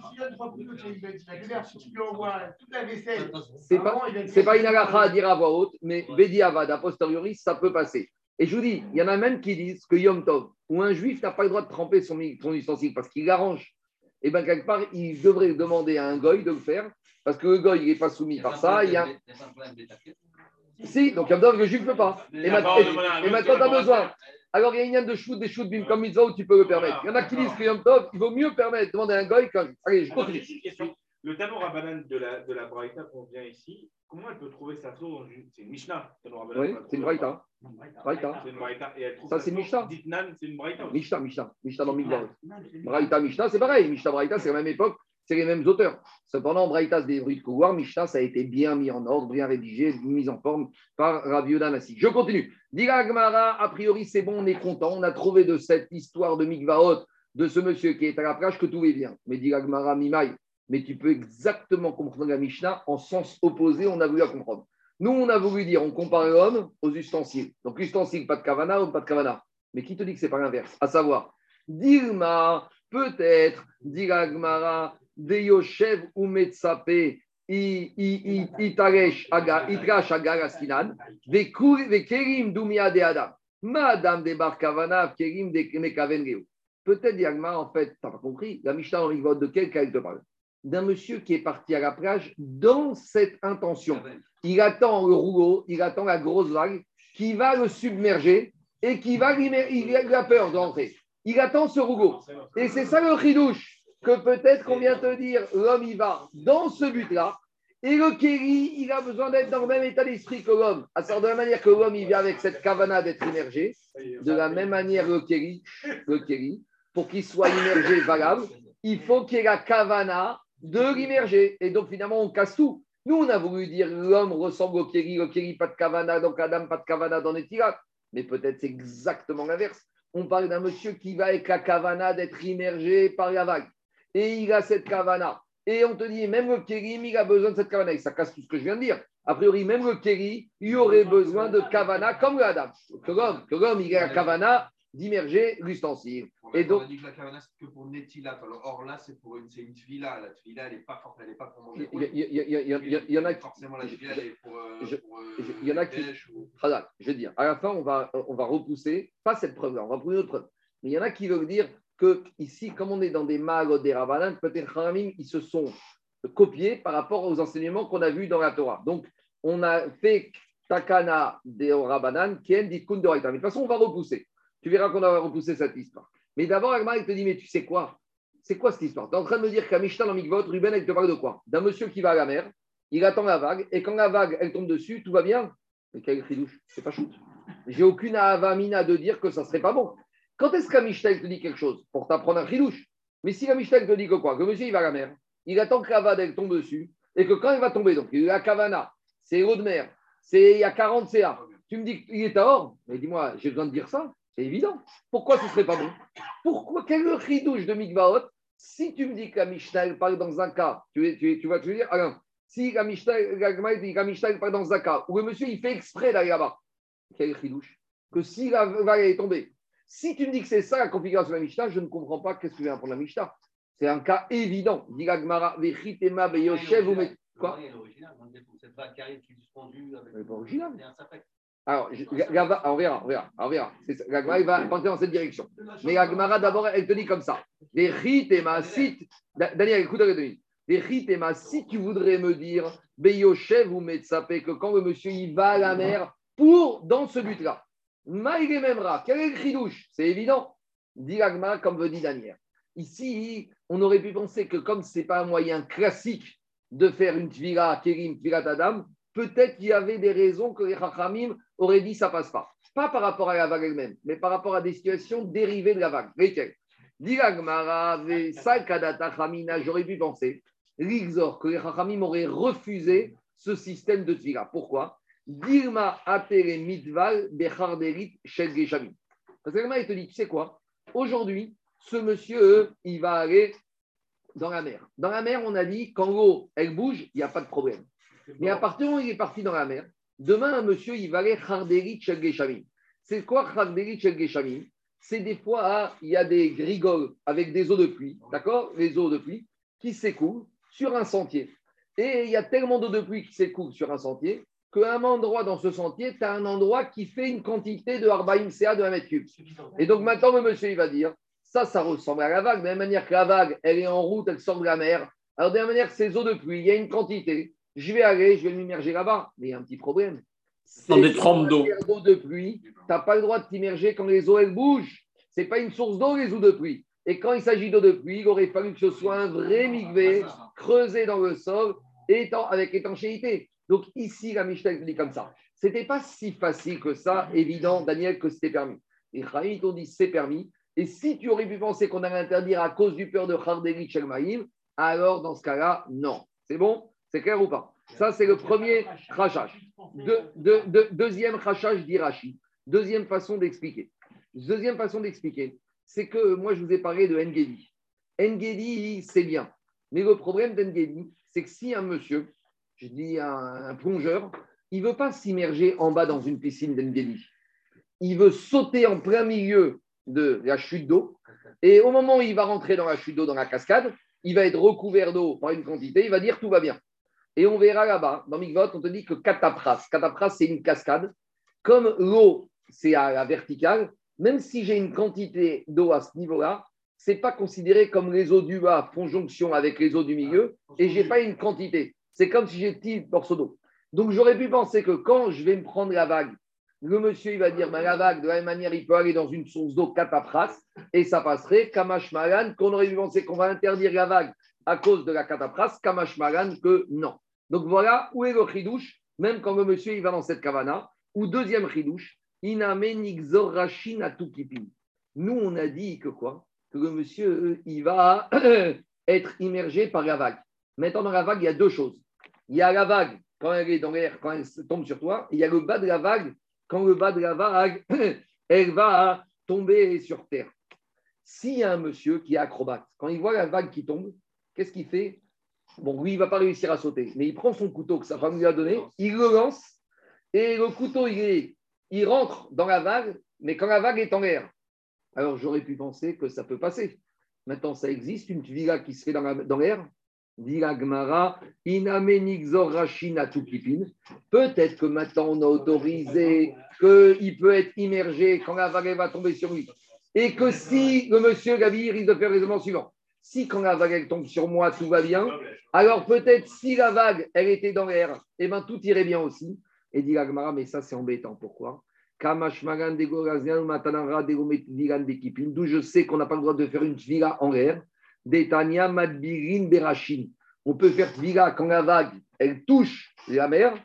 Ce n'est pas, c'est pas une halakha à dire à voix haute, mais Bedi Avad, a posteriori, ça peut passer. Et je vous dis, il y en a même qui disent que Yom Tov, ou un juif n'a pas le droit de tremper son, son ustensile parce qu'il l'arrange. Et bien, quelque part, il devrait demander à un goy de le faire parce que le goy, il n'est pas soumis par ça. Il y a... Si, donc Yom Tov, le juif ne peut pas. Et, maintenant, et, et maintenant, tu as besoin. Alors, il y a une ligne de shoot, des shoots bim comme mitzvah où tu peux le permettre. Il y en a qui disent que Yom Tov, il vaut mieux permettre de demander à un goy qu'un juif. Allez, je continue. Le Tano Rabbanan de la, de la Braïta qu'on vient ici, comment elle peut trouver sa source? C'est une Mishnah. Oui, c'est une Braïta. Braïta. C'est une Braïta. Et elle trouve ça, c'est Mishnah. Ditnan, c'est une Braïta. Mishnah, Mishnah. Mishnah dans Mikvaot. Braïta, Mishnah, c'est pareil. Mishnah, Braïta, c'est la même époque, c'est les mêmes auteurs. Cependant, Braïta, c'est des bruits de couloir. Mishnah, ça a été bien mis en ordre, bien rédigé, mis en forme par Rabbi Yehuda Nassi. Je continue. Dira Gemara, a priori, c'est bon, on est content. On a trouvé de cette histoire de Mikvaot, de ce monsieur qui est à la plage, que tout est bien. Mais Dira Gemara, Mimaï. Mais tu peux exactement comprendre la Mishnah en sens opposé, on a voulu la comprendre. Nous, on a voulu dire, on compare l'homme aux ustensiles. Donc, l'ustensile, pas de kavana ou pas de kavana. Mais qui te dit que c'est pas l'inverse? À savoir, Dilma, peut-être, Dira Gmara, Deyoshev ou Metsape, Itaresh Aga, Itrash Aga Askinan, Vekerim Dumia de Adam. Madame de Barkavana, Kerim de Mekaven Geu. Peut-être, Yagma, en fait, tu n'as pas compris, la Mishnah en Rigvot de quel cas elle te parle? D'un monsieur qui est parti à la plage dans cette intention. Il attend le rouleau, il attend la grosse vague qui va le submerger et qui va lui mettre, il a peur d'entrer. Il attend ce rouleau. Et c'est ça le chidouche, que peut-être qu'on vient te dire, l'homme il va dans ce but-là, et le kéri, il a besoin d'être dans le même état d'esprit que l'homme. À savoir de la manière que l'homme, il vient avec cette kavana d'être immergé, de la même manière le kéri, le kéri, pour qu'il soit immergé valable, il faut qu'il y ait la kavana de l'immerger. Et donc finalement, on casse tout. Nous, on a voulu dire l'homme ressemble au kéri, le kéri, pas de kavana, donc Adam, pas de kavana dans les tirats. Mais peut-être c'est exactement l'inverse. On parle d'un monsieur qui va avec la kavana d'être immergé par la vague. Et il a cette kavana. Et on te dit, même le kérim, il a besoin de cette kavana. Et ça casse tout ce que je viens de dire. A priori, même le kéri, il aurait besoin de kavana comme le Adam. Que l'homme, que l'homme, il a la kavana d'immerger l'ustensile. Et donc, on a dit que la kavana, c'est que pour Netilat. Alors, or là, c'est pour une, c'est une tvila. La tvila, elle n'est pas forte, elle n'est pas pour manger. Il y en a qui. Forcément, la tvila, elle est pour. Je, pour euh, il y en a qui. Ou... Je veux dire, à la fin, on va, on va repousser, pas cette preuve-là, on va prendre une autre preuve. Mais il y en a qui veulent dire que ici, comme on est dans des mags, des rabbanan, peut-être Haramim, ils se sont copiés par rapport aux enseignements qu'on a vus dans la Torah. Donc, on a fait Takana des rabbanan, qui est dit Kun de Raïta. Mais de toute façon, on va repousser. Tu verras qu'on va repousser cette histoire. Mais d'abord, Agmar, il te dit, mais tu sais quoi? C'est quoi cette histoire? Tu es en train de me dire qu'à Mishnah, dans Mikvot, Ruben, elle te parle de quoi? D'un monsieur qui va à la mer, il attend la vague, et quand la vague, elle tombe dessus, tout va bien. Mais quel chidouche? C'est pas shoot. J'ai aucune avamina de dire que ça serait pas bon. Quand est-ce qu'à Mishnah te dit quelque chose? Pour t'apprendre un chidouche. Mais si la Mishnah te dit que quoi? Que monsieur, il va à la mer, il attend que la vague, elle tombe dessus, et que quand elle va tomber, donc il y a la Kavana, c'est l'eau de mer, c'est, il y a quarante C A. Tu me dis qu'il est à or? Mais dis-moi, j'ai besoin de dire ça? C'est évident. Pourquoi ce ne serait pas bon? Pourquoi? Quel est le chidouche de Mikvaot? Si tu me dis que la Mishnah parle dans un cas, tu, tu, tu vas te dire, alors, si la Mishnah, la Mishnah parle dans un cas où le monsieur il fait exprès d'aller là-bas, quel est le chidouche? Que si la vague est tombée, si tu me dis que c'est ça la configuration de la Mishnah, je ne comprends pas qu'est-ce que tu viens pour la Mishnah. C'est un cas évident. Dit la Gemara, Vechitema Beyoshev ou quoi? Cette vague qui arrive qui est suspendue avec. C'est pas original. Alors, la, la, on verra, on verra, on verra. C'est, la Gemara va partir dans cette direction. Mais la Gemara, d'abord, elle te dit comme ça. Daniel, écoute, si tu voudrais me dire, Beyoshev ou Metsapé, que quand le monsieur il va à la mer pour, dans ce but-là, Maïgé Memra, quel est le chidouche? C'est évident. Dit la Gemara, comme veut dit Daniel. Ici, on aurait pu penser que comme ce n'est pas un moyen classique de faire une tvila, kérim, tvila tadam, peut-être qu'il y avait des raisons que les Chachamim auraient dit ça passe pas. Pas par rapport à la vague elle-même, mais par rapport à des situations dérivées de la vague. Lesquelles? J'aurais pu penser, l'Ixor, que les Chachamim auraient refusé ce système de tvila. Pourquoi? Dilma atere mitval becharderit shel geshamim. Parce que la il te dit, tu sais quoi? Aujourd'hui, ce monsieur, il va aller dans la mer. Dans la mer, on a dit, quand l'eau, elle bouge, il n'y a pas de problème. Mais à partir du moment où il est parti dans la mer, demain, un monsieur, il va aller Kharderit Shel Geshamim. C'est quoi Kharderit Shel Geshamim? C'est des fois, ah, il y a des rigoles avec des eaux de pluie, d'accord? Les eaux de pluie qui s'écoulent sur un sentier. Et il y a tellement d'eau de pluie qui s'écoulent sur un sentier qu'à un endroit dans ce sentier, tu as un endroit qui fait une quantité de Arbaïm C A de un mètre cube. Et donc maintenant, le monsieur, il va dire, ça, ça ressemble à la vague. De la même manière que la vague, elle est en route, elle sort de la mer. Alors, de la même manière que ces eaux de pluie, il y a une quantité. Je vais aller, je vais m'immerger là-bas. Mais il y a un petit problème. Dans des trompes d'eau. D'eau de pluie, tu n'as pas le droit de t'immerger quand les eaux, elles bougent. Ce n'est pas une source d'eau, les eaux de pluie. Et quand il s'agit d'eau de pluie, il aurait fallu que ce soit un vrai migvé, creusé dans le sol, étant, avec étanchéité. Donc ici, la Mishnah dit comme ça. Ce n'était pas si facile que ça, évident, Daniel, que c'était permis. Les Chaïm t'ont dit c'est permis. Et si tu aurais pu penser qu'on allait interdire à cause du peur de Kharderit Shel Maïm, alors dans ce cas-là, non. C'est bon? C'est clair ou pas? Ça, c'est le premier rachage. De, de, de, deuxième rachage d'Irachi. Deuxième façon d'expliquer. Deuxième façon d'expliquer, c'est que moi, je vous ai parlé de Engedi. Engedi, c'est bien. Mais le problème d'Engedi, c'est que si un monsieur, je dis un, un plongeur, il ne veut pas s'immerger en bas dans une piscine d'Engedi. Il veut sauter en plein milieu de la chute d'eau. Et au moment où il va rentrer dans la chute d'eau, dans la cascade, il va être recouvert d'eau par une quantité, il va dire tout va bien. Et on verra là-bas, dans Mikvot, on te dit que Katapras, Katapras, c'est une cascade. Comme l'eau, c'est à la verticale, même si j'ai une quantité d'eau à ce niveau-là, ce n'est pas considéré comme les eaux du bas font jonction avec les eaux du milieu et je n'ai pas une quantité. C'est comme si j'ai petit morceau d'eau. Donc, j'aurais pu penser que quand je vais me prendre la vague, le monsieur, il va dire, ben, la vague, de la même manière, il peut aller dans une source d'eau catapras et ça passerait. Kamash Malan, qu'on aurait pu penser qu'on va interdire la vague à cause de la catapras, Kamash Malan, que non. Donc, voilà où est le chidouche, même quand le monsieur, il va dans cette kavana. Ou deuxième chidouche, Iname Nixor Rashin Atukipin. Nous, on a dit que quoi? Que le monsieur, il va être immergé par la vague. Maintenant, dans la vague, il y a deux choses. Il y a la vague, quand elle est dans l'air, quand elle tombe sur toi. Il y a le bas de la vague, quand le bas de la vague, elle va tomber sur terre. S'il y a un monsieur qui est acrobate, quand il voit la vague qui tombe, qu'est-ce qu'il fait? Bon, lui, il ne va pas réussir à sauter, mais il prend son couteau que sa femme lui a donné, il le lance, et le couteau, il, est, il rentre dans la vague, mais quand la vague est en l'air. Alors, j'aurais pu penser que ça peut passer. Maintenant, ça existe, une villa qui se fait dans, la, dans l'air. Dit la Gemara, Inamenixor Rachina Tukipin. Peut-être que maintenant, on a autorisé qu'il peut être immergé quand la vague va tomber sur lui. Et que si le monsieur Gabi risque de faire le raisonnement suivant, si quand la vague elle tombe sur moi, tout va bien, alors peut-être si la vague, elle était dans l'air, eh bien tout irait bien aussi. Et dit la Gemara, mais ça c'est embêtant. Pourquoi? D'où je sais qu'on n'a pas le droit de faire une tvila en l'air. Detania madbirin berachin. On peut faire tvila quand la vague, elle touche la mer.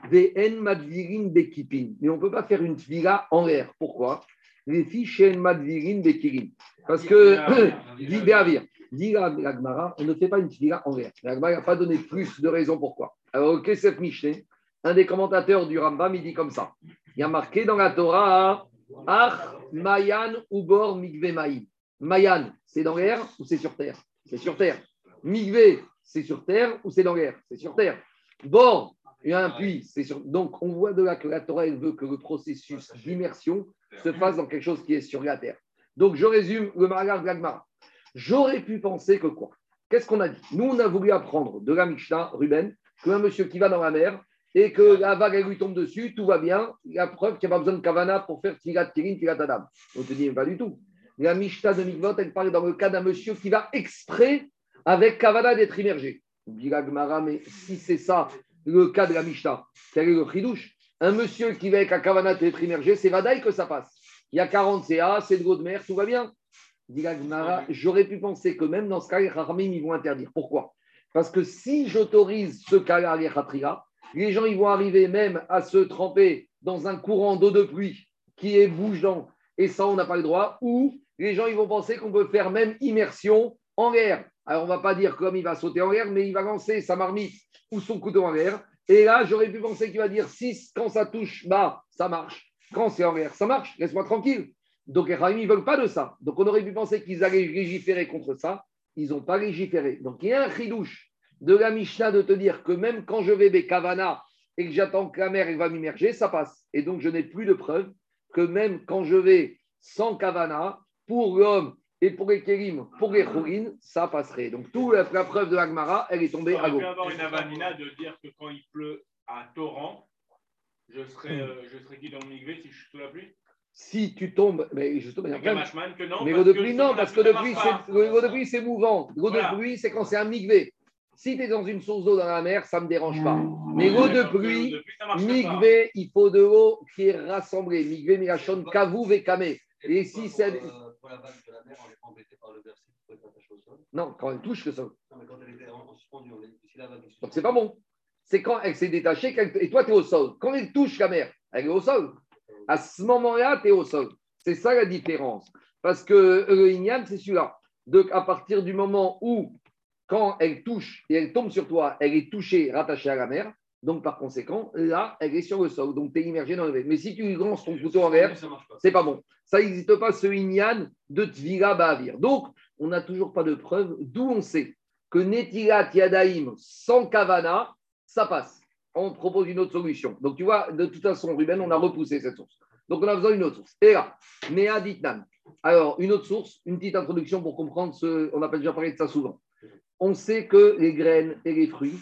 Vn madvirin bekipin. Mais on ne peut pas faire une tvila en l'air. Pourquoi? Les fiches madvirin bekirin. Parce que, dit Béavir, dit la Gemara, on ne fait pas une tvila en l'air. La Gemara n'a pas donné plus de raisons pourquoi. Alors, Kesef Mishneh, un des commentateurs du Rambam, il dit comme ça. Il y a marqué dans la Torah, Ach Mayan Ubor Mikve Maïm. Mayan, c'est dans l'air ou c'est sur terre? C'est sur terre. Mikve, c'est sur terre ou c'est dans l'air? C'est sur terre. Bor, il y a un puits. C'est sur... Donc, on voit de là que la Torah elle veut que le processus d'immersion se fasse dans quelque chose qui est sur la terre. Donc, je résume le mariage de l'Agmara. J'aurais pu penser que quoi? Qu'est-ce qu'on a dit? Nous, on a voulu apprendre de la Mishnah, Ruben, qu'un monsieur qui va dans la mer, et que la vague elle lui tombe dessus, tout va bien. La preuve qu'il n'y a pas besoin de kavana pour faire tirat tirin, tirat adam. On te dit, pas du tout. La Mishnah de Mikvot, elle parle dans le cas d'un monsieur qui va exprès avec kavana d'être immergé. On dit la Gemara, mais si c'est ça le cas de la Mishnah, quel est le chidouche? Un monsieur qui va avec la kavana d'être immergé, c'est vadaï que ça passe. Il y a quarante C A, c'est de l'eau de mer, tout va bien. Dit la Gemara, j'aurais pu penser que même dans ce cas, les Chachamim, ils vont interdire. Pourquoi? Parce que si j'autorise ce cas-là, les Khatriya, les gens ils vont arriver même à se tremper dans un courant d'eau de pluie qui est bougeant, et ça, on n'a pas le droit, ou les gens ils vont penser qu'on peut faire même immersion en l'air. Alors, on ne va pas dire comme il va sauter en l'air, mais il va lancer sa marmite ou son couteau en l'air. Et là, j'aurais pu penser qu'il va dire si quand ça touche bas, ça marche. Quand c'est en l'air, ça marche, laisse-moi tranquille. Donc, les Rahim, ils ne veulent pas de ça. Donc, on aurait pu penser qu'ils allaient légiférer contre ça. Ils n'ont pas légiféré. Donc, il y a un chidouche de la Mishnah de te dire que même quand je vais Bekavana et que j'attends que la mer elle va m'immerger, ça passe. Et donc, je n'ai plus de preuve que même quand je vais sans Kavana, pour l'homme et pour les Kélim, pour les Khourin, ça passerait. Donc, toute la, la preuve de l'Agmara, elle est tombée à gauche. gauche. On peut avoir une avanina de dire que quand il pleut à torrent, je serai, euh, je serai qui dans le migvé si je suis sous la pluie? Si tu tombes, mais justement, mais que non, mais l'eau de pluie, non, parce que l'eau de pluie, c'est, l'eau de pluie, c'est mouvant. L'eau voilà. de pluie, c'est quand c'est un migvé. Si tu es dans une source d'eau dans la mer, ça ne me dérange pas. Mais l'eau de pluie, migvé, il faut de l'eau qui est rassemblée. Migvé, mirachon, kavou, vekame. Et si c'est. Pour la vague de la mer, on n'est pas embêté par le verset qui peut être attaché au sol. Non, quand elle touche le sol. Non, mais quand elle était en suspendue, on est... si la vague est donc c'est pas bon. C'est quand elle s'est détachée et toi, tu es au sol. Quand elle touche la mer, elle est au sol. À ce moment-là, tu es au sol. C'est ça la différence. Parce que le Inyan, c'est celui-là. Donc, à partir du moment où, quand elle touche et elle tombe sur toi, elle est touchée, rattachée à la mer. Donc, par conséquent, là, elle est sur le sol. Donc, tu es immergé dans le verre. Mais si tu lances ton couteau en l'air, c'est pas bon. Ça n'existe pas, ce Inyan de Tvila Ba'avir. Donc, on n'a toujours pas de preuve d'où on sait que Netilat Yadaïm sans Kavana, ça passe. On propose une autre solution. Donc, tu vois, de toute façon, Ruben, on a repoussé cette source. Donc, on a besoin d'une autre source. Et là, Mea Ditnan. Alors, une autre source, une petite introduction pour comprendre ce. On a déjà parlé de ça souvent. On sait que les graines et les fruits,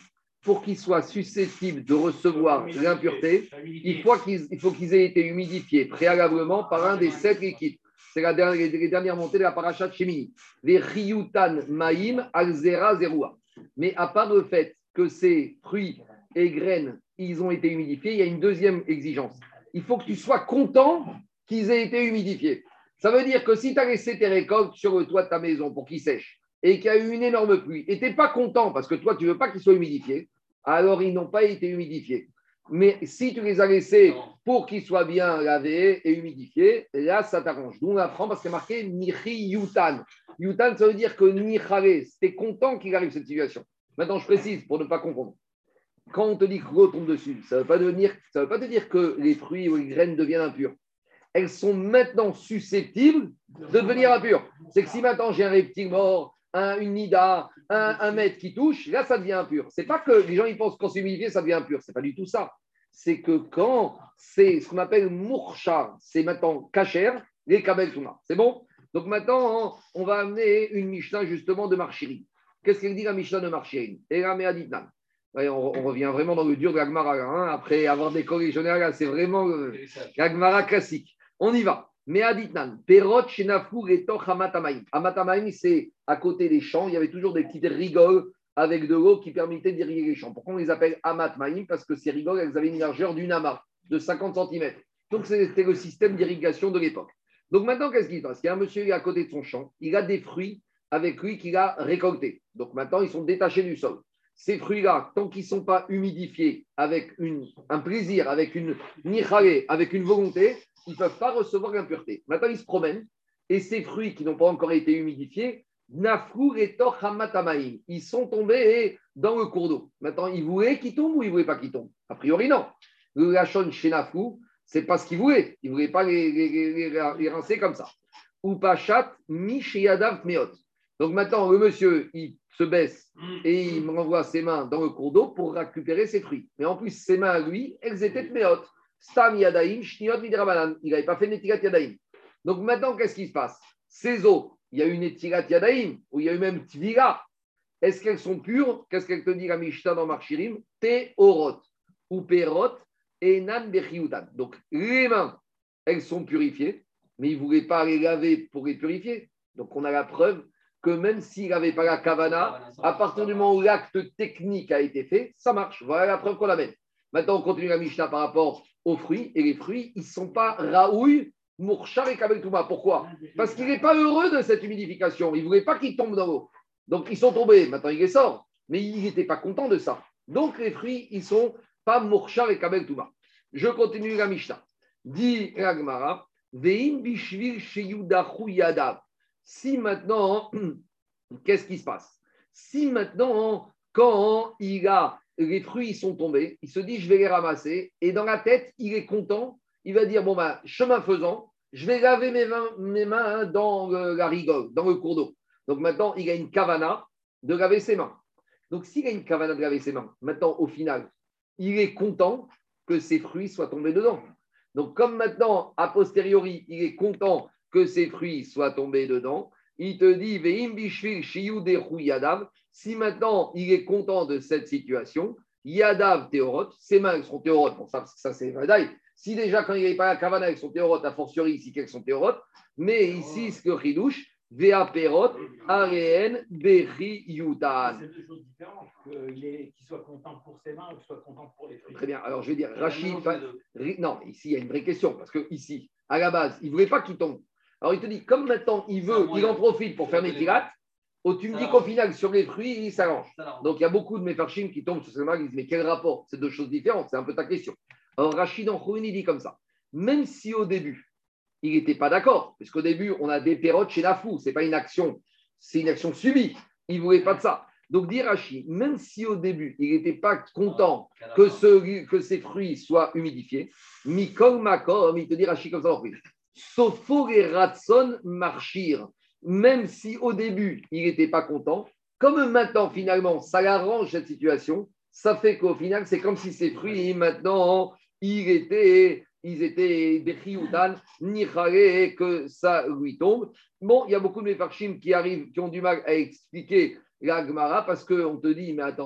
pour qu'ils soient susceptibles de recevoir l'impureté, il faut qu'ils, il faut qu'ils aient été humidifiés préalablement par un des sept liquides. C'est la dernière, les dernières montées de la paracha de Shemini. Les Riyutan Maïm Alzera Zerua. Mais à part le fait que ces fruits et graines, ils ont été humidifiés, il y a une deuxième exigence. Il faut que tu sois content qu'ils aient été humidifiés. Ça veut dire que si tu as laissé tes récoltes sur le toit de ta maison pour qu'ils sèchent et qu'il y a eu une énorme pluie et tu n'es pas content parce que toi, tu ne veux pas qu'ils soient humidifiés, alors ils n'ont pas été humidifiés. Mais si tu les as laissés pour qu'ils soient bien lavés et humidifiés, là, ça t'arrange. Nous, on apprend parce qu'il y a marqué Nichi Yutan. Yutan, ça veut dire que Nichale, c'était content qu'il arrive cette situation. Maintenant, je précise pour ne pas confondre. Quand on te dit que l'eau tombe dessus, ça ne veut pas devenir, ça veut pas te dire que les fruits ou les graines deviennent impures. Elles sont maintenant susceptibles de devenir impures. C'est que si maintenant j'ai un reptile mort, un, une nida, un, un mètre qui touche, là ça devient impur. C'est pas que les gens ils pensent que quand c'est humidifié, ça devient impur. C'est pas du tout ça. C'est que quand c'est ce qu'on appelle mourchar, c'est maintenant kacher, les kabel touma. C'est bon? Donc maintenant, on va amener une Mishnah justement de Marchirim. Qu'est-ce qu'elle dit la Mishnah de Marchirim? Et la Meaditnan. Ouais, on, on revient vraiment dans le dur de la Gemara. Hein. Après avoir décollé général, c'est vraiment euh, la Gemara classique. On y va. Meaditnan. Perot shenafu retoch hamatamaim. Hamatamaim, c'est à côté des champs. Il y avait toujours des petites rigoles avec de l'eau qui permettaient d'irriguer les champs. Pourquoi on les appelle hamatmaim? Parce que ces rigoles, elles avaient une largeur d'une amas de cinquante centimètres. Donc, c'était le système d'irrigation de l'époque. Donc, maintenant, qu'est-ce qu'il se passe? Il y a un monsieur qui est à côté de son champ. Il a des fruits avec lui qu'il a récoltés. Donc, maintenant, ils sont détachés du sol. Ces fruits-là, tant qu'ils ne sont pas humidifiés avec une, un plaisir, avec une nichale, avec une volonté, ils ne peuvent pas recevoir l'impureté. Maintenant, ils se promènent et ces fruits qui n'ont pas encore été humidifiés, nafrou et hammatamaim, ils sont tombés dans le cours d'eau. Maintenant, ils voulaient qu'ils tombent ou ils ne voulaient pas qu'ils tombent? A priori, non. Le lachon chez nafrou, ce n'est pas ce qu'ils voulaient. Ils ne voulaient pas les, les, les, les, les rincer comme ça. Ou pachat mi sheyadav meot. Donc maintenant, le monsieur, il se baisse et il m'envoie ses mains dans le cours d'eau pour récupérer ses fruits. Mais en plus, ses mains à lui, elles étaient tmeot. Stam yadaim, shniot midrabanan. Il n'avait pas fait netilat yadaim. Donc maintenant, qu'est-ce qui se passe? Ces eaux, il y a eu netilat yadaim, ou il y a eu même tvila. Est-ce qu'elles sont pures? Qu'est-ce qu'elle te dit la Mishnah dans Marchirim? Te orot, ou perot, et nan bechiutan. Donc les mains, elles sont purifiées, mais il ne voulait pas les laver pour les purifier. Donc on a la preuve que même s'il n'avait pas la kavana, à partir du moment où l'acte technique a été fait, ça marche. Voilà la preuve qu'on amène. Maintenant, on continue la Mishnah par rapport aux fruits. Et les fruits, ils ne sont pas raouilles, mourchar et kabel touma. Pourquoi? Parce qu'il n'est pas heureux de cette humidification. Il ne voulait pas qu'ils tombent dans l'eau. Donc, ils sont tombés. Maintenant, il les sort. Mais il n'était pas content de ça. Donc, les fruits, ils ne sont pas mourchar et kabel touma. Je continue la Mishnah. Dit la Gemara, veim bishvil sheyudachu yadav. Si maintenant, qu'est-ce qui se passe? Si maintenant, quand il a, les fruits sont tombés, il se dit je vais les ramasser et dans la tête, il est content, il va dire bon ben, chemin faisant, je vais laver mes mains, mes mains dans le, la rigole, dans le cours d'eau. Donc maintenant, il a une kavana de laver ses mains. Donc s'il a une kavana de laver ses mains, maintenant au final, il est content que ses fruits soient tombés dedans. Donc comme maintenant, a posteriori, il est content que ces fruits soient tombés dedans, il te dit Veim bishvil shiyudechu yadav. Si maintenant il est content de cette situation, yadav théorot, ses mains seront théorot. Bon, ça, ça c'est vadaï. Si déjà quand il n'est pas à kavana avec son théorot, a fortiori ici qu'elles sont théorot, mais ici ce que chidouche, vea perot, areen bechi yutan. C'est deux choses différentes. Qu'il soit content pour ses mains ou qu'il soit content pour les fruits. Très bien. Alors je vais dire Rachid. Non, ici il y a une vraie question parce que ici, à la base, il ne voulait pas qu'il tombe. Alors, il te dit, comme maintenant, il veut, il en profite pour faire mes pirates, oh, tu me dis qu'au final, sur les fruits, il s'arrange. Donc, il y a beaucoup de mes farchim qui tombent sur ce marque, ils disent, mais quel rapport? C'est deux choses différentes, c'est un peu ta question. Alors, Rachid en Khouini dit comme ça, même si au début, il n'était pas d'accord, parce qu'au début, on a des pérotes chez Nafou, ce n'est pas une action, c'est une action subie, il ne voulait pas de ça. Donc, dit Rachid, même si au début, il n'était pas content que, ce, que ces fruits soient humidifiés, Mikol Makom, il te dit Rachid comme ça en plus. Sofo et Ratson marchir, même si au début il n'était pas content, comme maintenant finalement ça l'arrange cette situation, ça fait qu'au final c'est comme si ces fruits maintenant ils étaient, ils étaient des chiyutan, nichare, que ça lui tombe. Bon, il y a beaucoup de mefarshim qui arrivent, qui ont du mal à expliquer la Gemara parce qu'on te dit, mais attends,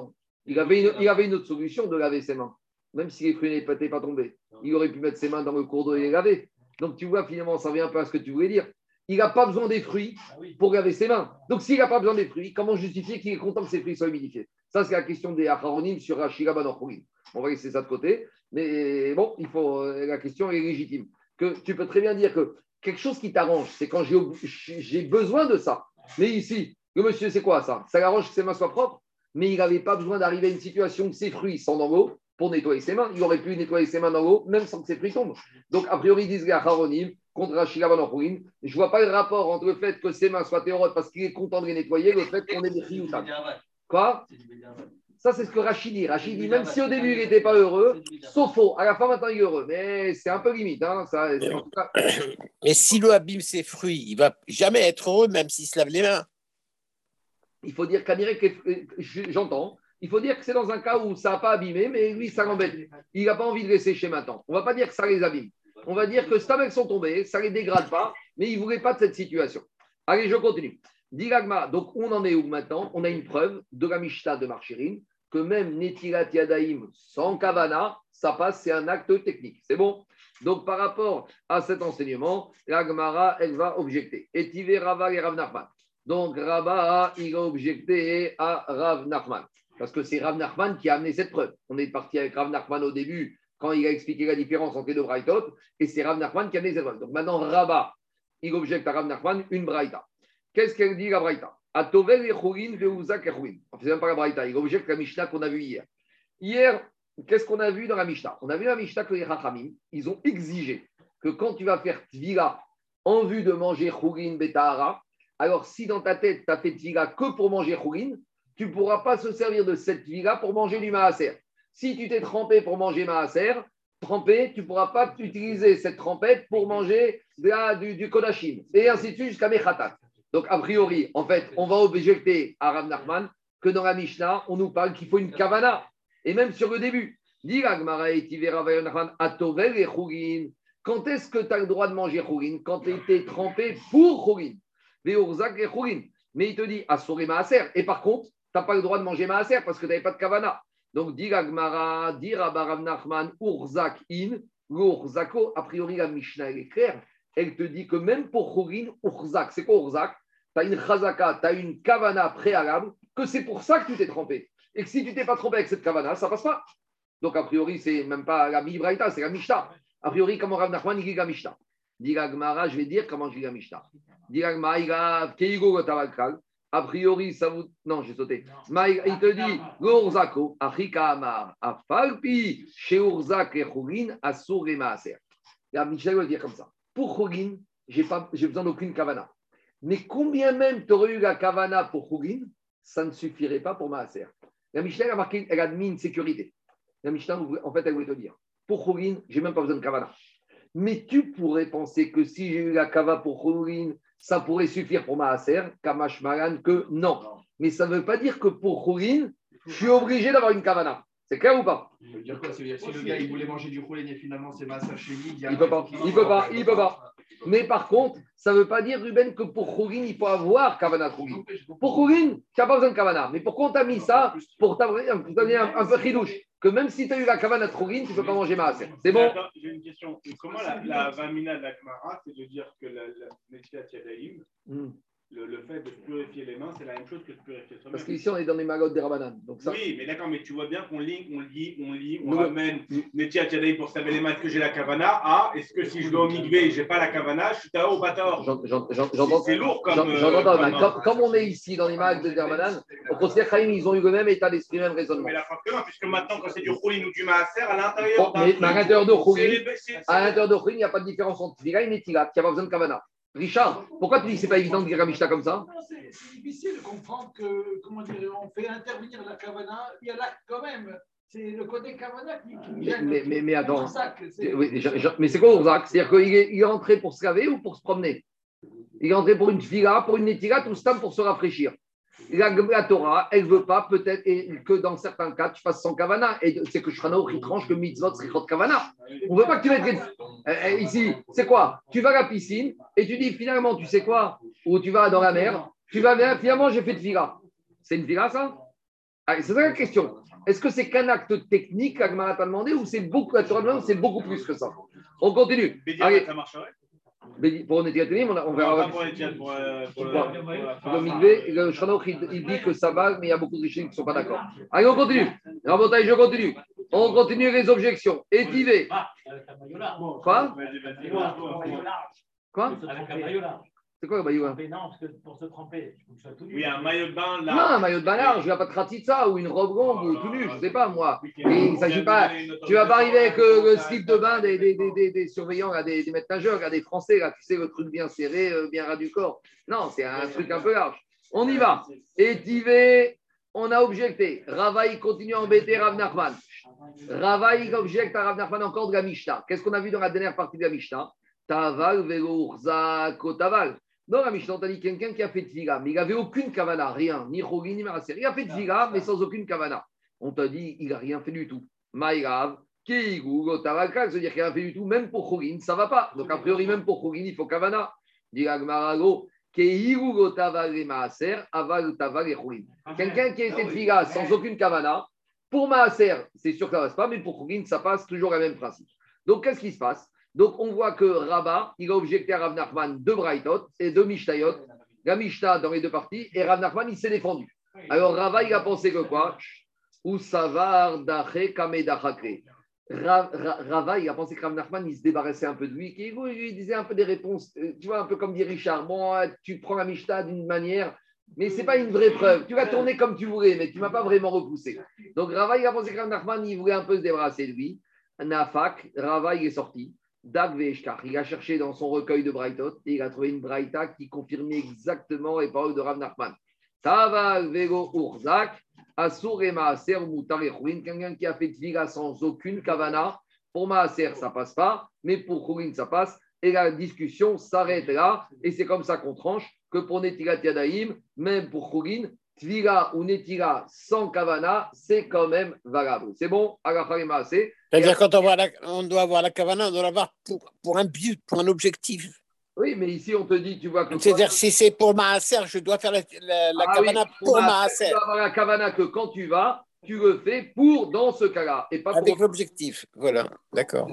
Il avait, une, il avait une autre solution de laver ses mains. Même si les fruits n'étaient pas tombés, il aurait pu mettre ses mains dans le cours d'eau et les laver. Donc tu vois, finalement, ça revient un peu à ce que tu voulais dire. Il n'a pas besoin des fruits pour laver ses mains. Donc s'il n'a pas besoin des fruits, comment justifier qu'il est content que ses fruits soient humidifiés? Ça, c'est la question des Acharonim sur Rachida Banachourim. On va laisser ça de côté. Mais bon, il faut, la question est légitime. Que tu peux très bien dire que quelque chose qui t'arrange, c'est quand j'ai, j'ai besoin de ça. Mais ici, le monsieur, c'est quoi ça? Ça l'arrange que ses mains soient propres, mais il n'avait pas besoin d'arriver à une situation où ses fruits sont dans l'eau pour nettoyer ses mains. Il aurait pu nettoyer ses mains dans l'eau, même sans que ses fruits tombent. Donc, a priori, ils disent les Acharonim contre Rachida Banachourim. Je ne vois pas le rapport entre le fait que ses mains soient théorètes parce qu'il est content de les nettoyer et le fait qu'on ait des chiyutam. Quoi? Ça, c'est ce que Rachid dit. Rachid dit, même si au début, il n'était pas heureux, sauf faux. À la fin, maintenant, il est heureux. Mais c'est un peu limite. Hein, ça, mais, cas... mais si l'eau abîme ses fruits, il ne va jamais être heureux, même s'il se lave les mains. Il faut dire qu'Amérique, j'entends, il faut dire que c'est dans un cas où ça n'a pas abîmé, mais lui, ça l'embête. Il n'a pas envie de les sécher maintenant. On ne va pas dire que ça les abîme. On va dire que ces mecs sont tombés, ça ne les dégrade pas, mais ils ne voulaient pas de cette situation. Allez, je continue. Dilagma, donc on en est où maintenant? On a une preuve de la Mishnah de Marchirin que même Netilat Yadaim sans Kavana, ça passe, c'est un acte technique. C'est bon? Donc par rapport à cet enseignement, la Gemara, elle va objecter. Et Tivé Rava et Rav Nachman. Donc Rava, il a objecté à Rav Nachman. Parce que c'est Rav Nachman qui a amené cette preuve. On est parti avec Rav Nachman au début, quand il a expliqué la différence entre les deux braïtot, et c'est Rav Nachman qui a amené cette preuve. Donc maintenant, Rava, il objecte à Rav Nachman une braïta. Qu'est-ce qu'elle dit la braïta? Atovel et Chourin, Veouzak et Chourin. On ne faisait même pas la braïta, il objecte la Mishnah qu'on a vue hier. Hier, qu'est-ce qu'on a vu dans la Mishnah? On a vu dans la Mishnah que les Rachamim, ils ont exigé que quand tu vas faire tvila en vue de manger Chourin Betahara, alors si dans ta tête, tu as fait tvila que pour manger Chourin, tu ne pourras pas se servir de cette tvila pour manger du maaser. Si tu t'es trempé pour manger maaser, trempé, tu ne pourras pas utiliser cette trempette pour manger de la, du, du kodashim, et ainsi de suite jusqu'à Mechatat. Donc, a priori, en fait, on va objecter à Rav Nachman que dans la Mishnah, on nous parle qu'il faut une kavana. Et même sur le début, quand est-ce que tu as le droit de manger chourin? Quand tu étais trempé pour chourin. Mais il te dit, assouré maaser. Et par contre, tu n'as pas le droit de manger maaser parce que tu n'avais pas de kavana. Donc, dit Gmara, dit Rav Nachman, urzak in, urzako. A priori, la Mishnah, elle est claire. Elle te dit que même pour chourin, urzak, c'est quoi urzak? Tu as une chazaka, tu as une kavana préalable, que c'est pour ça que tu t'es trempé. Et que si tu t'es pas trompé avec cette kavana, ça passe pas. Donc, a priori, c'est même pas la mi-braïta, c'est la Mishnah. A priori, comment Rav Nachman, il dit la Mishnah. Dit la Gemara, je vais dire comment je dis la Mishnah. Dit la Gemara, il a keigo gotavalkal. A priori, ça vous. Non, j'ai sauté. Il te dit, l'urzako, achika amar, afalpi, chez urzak et chourin, asur et maaser. La Mishnah va dire comme ça. Pour chourin, j'ai pas, j'ai besoin d'aucune kavana. Mais combien même tu aurais eu la kavana pour chourin, ça ne suffirait pas pour maaser. La Mishnah, elle a marqué, elle a mis une sécurité. La Mishnah, en fait, elle voulait te dire, pour chourin, j'ai même pas besoin de kavana. Mais tu pourrais penser que si j'ai eu la kava pour chourin, ça pourrait suffire pour maaser, kamash malan, que non. Mais ça ne veut pas dire que pour chourin, je suis obligé d'avoir une kavana. C'est clair ou pas? Ça veut dire quoi? Ça veut dire si le gars il voulait manger du chourin et finalement c'est maaser chez lui, il ne peut pas. Il ne peut pas. Il peut pas. Mais par contre, ça ne veut pas dire, Ruben, que pour chourin, il faut avoir kavana chourin. Pour chourin, tu n'as pas besoin de kavana. Mais pourquoi on t'a mis ça? Pour t'amener un, un, un peu chidouche. Que même si tu as eu la kavana chourin, tu ne peux pas manger maaser. C'est bon? Attends, j'ai une question. Comment la, la vamina de la Gemara, c'est de dire que la Netilat Yadayim, hmm. Le, le fait de se purifier les mains, c'est la même chose que de purifier soi-même. Parce qu'ici, on est dans les magotes des Rabanan. Donc ça... Oui, mais d'accord, mais tu vois bien qu'on lit, on lit, on lit, on Nous, ramène Netilat Yadayim pour se laver les mains, que j'ai la kavana. Ah, est-ce que si je vais au migvé et je n'ai pas la kavana, je suis tao ou pas tao? J'entends. C'est lourd comme. J'entends. Euh, comme, comme on est ici dans les magotes des Rabanan, on considère qu'ils ils ont eu le même état d'esprit, le même raisonnement. Mais la preuve que non, puisque maintenant, quand c'est du choulin ou du maaser, à l'intérieur. Bon, mais à l'intérieur de choulin, à l'intérieur de choulin, il n'y a pas de différence entre Tvila et Netilat, qui n'a pas besoin de kavana. Richard, pourquoi tu dis que ce n'est pas évident de dire la Mishnah comme ça? C'est difficile de comprendre que, comment dire, on fait intervenir la Kavana, il y a l'acte quand même. C'est le côté Kavana qui, qui mais, mais, mais, mais attends, Ourzac, oui, je, je, mais c'est quoi Ourzac? C'est-à-dire qu'il est, il est rentré pour se laver ou pour se promener? Il est rentré pour une fila, pour une netilat ou stam pour se rafraîchir? La, la Torah, elle ne veut pas peut-être que dans certains cas, tu fasses sans kavana. Et c'est que Shrano, il tranche que mitzvot, srichot kavana. On ne veut pas que tu mettes euh, ici. C'est quoi? Tu vas à la piscine et tu dis finalement, tu sais quoi? Ou tu vas dans la mer, tu vas bien, finalement, j'ai fait de fila. C'est une fila, ça? Ah, c'est ça la question. Est-ce que c'est qu'un acte technique qu'Agmara t'a demandé ou c'est beaucoup, c'est beaucoup plus que ça? On continue. Allez. Ça marcherait? Pour Netilat Yadayim, on, on verra. Pour le Mikvé, le Shanoch, il, il dit que ça va, mais il y a beaucoup de riches qui ne sont pas d'accord. Allez, on continue. Rabotai, je continue. On continue les objections. Étivé. Quoi? Quoi? C'est quoi le maillot de bain? Non, parce que pour se tremper, il faut que ça soit tout nu. Oui, un maillot de bain large. Non, un maillot de bain large, il n'y a pas de kratitsa ou une robe longue ou tout nu, je ne sais pas moi. Et il ne s'agit pas. Tu ne vas pas arriver avec euh, le slip de bain des, des, des, des, des surveillants, là, des, des maîtres nageurs, là, des Français, là, tu sais, le truc bien serré, euh, bien ras du corps. Non, c'est un truc un peu large. On y va. Étivé, on a objecté. Ravaï continue à embêter Rav Nachman. Ravaï objecte à Rav Nachman encore de la Mishnah. Qu'est-ce qu'on a vu dans la dernière partie de la Mishnah? Taval, velo, urza, kotaval. Dans la Mishnah, on a dit quelqu'un qui a fait tefila, mais il n'avait aucune kavana, rien, ni chogin, ni maraser. Il a fait tefila, mais sans aucune kavana. On t'a dit, il n'a rien fait du tout. Maïrav, keigu, gotarakal, c'est-à-dire qu'il n'a rien fait du tout, même pour chogin, ça ne va pas. Donc, a priori, même pour chogin, il faut kavana. Dit Agmarago, keigu, gotaval, et maaser, aval, taval, et chogin. Quelqu'un qui a fait tefila sans aucune kavana, pour maaser, c'est sûr que ça ne passe pas, mais pour chogin, ça passe toujours le même principe. Donc, qu'est-ce qui se passe? Donc, on voit que Rabat, il a objecté à Rav Nachman deux Braithot et deux Mishnayot. La Mishnah dans les deux parties, et Rav Nachman, il s'est défendu. Alors, Rabat, il a pensé que quoi? Ou savar daché kamedachakre. Rabat, il a pensé que Rav Nachman, il se débarrassait un peu de lui, qu'il lui disait un peu des réponses, tu vois, un peu comme dit Richard. Bon, tu prends la Mishnah d'une manière, mais ce n'est pas une vraie preuve. Tu vas tourner comme tu voulais, mais tu ne m'as pas vraiment repoussé. Donc, Rabat, il a pensé que Rav Nachman, il voulait un peu se débarrasser de lui. Nafak, Rabat, il est sorti. Dag Veshkar, il a cherché dans son recueil de Braithot et il a trouvé une Braïta qui confirmait exactement les paroles de Rav Nachman. Taval Vego Urzak, Asur et Maaser Moutar et Chouin, quelqu'un qui a fait tefila sans aucune kavana. Pour Maaser, ça passe pas, mais pour Chouin, ça passe. Et la discussion s'arrête là. Et c'est comme ça qu'on tranche que pour Netilat Yadayim, même pour Chouin, Tvila ou Netila sans kavana, c'est quand même valable. C'est bon? C'est-à-dire quand on, voit la, on doit avoir la kavana, on doit l'avoir pour, pour un but, pour un objectif. Oui, mais ici on te dit, tu vois que. C'est-à-dire si c'est pour Maaser, je dois faire la, la, la ah, kavana oui, pour Maaser. Tu dois avoir la kavana que quand tu vas, tu le fais pour dans ce cas-là. Et pas avec pour... l'objectif. Voilà, d'accord.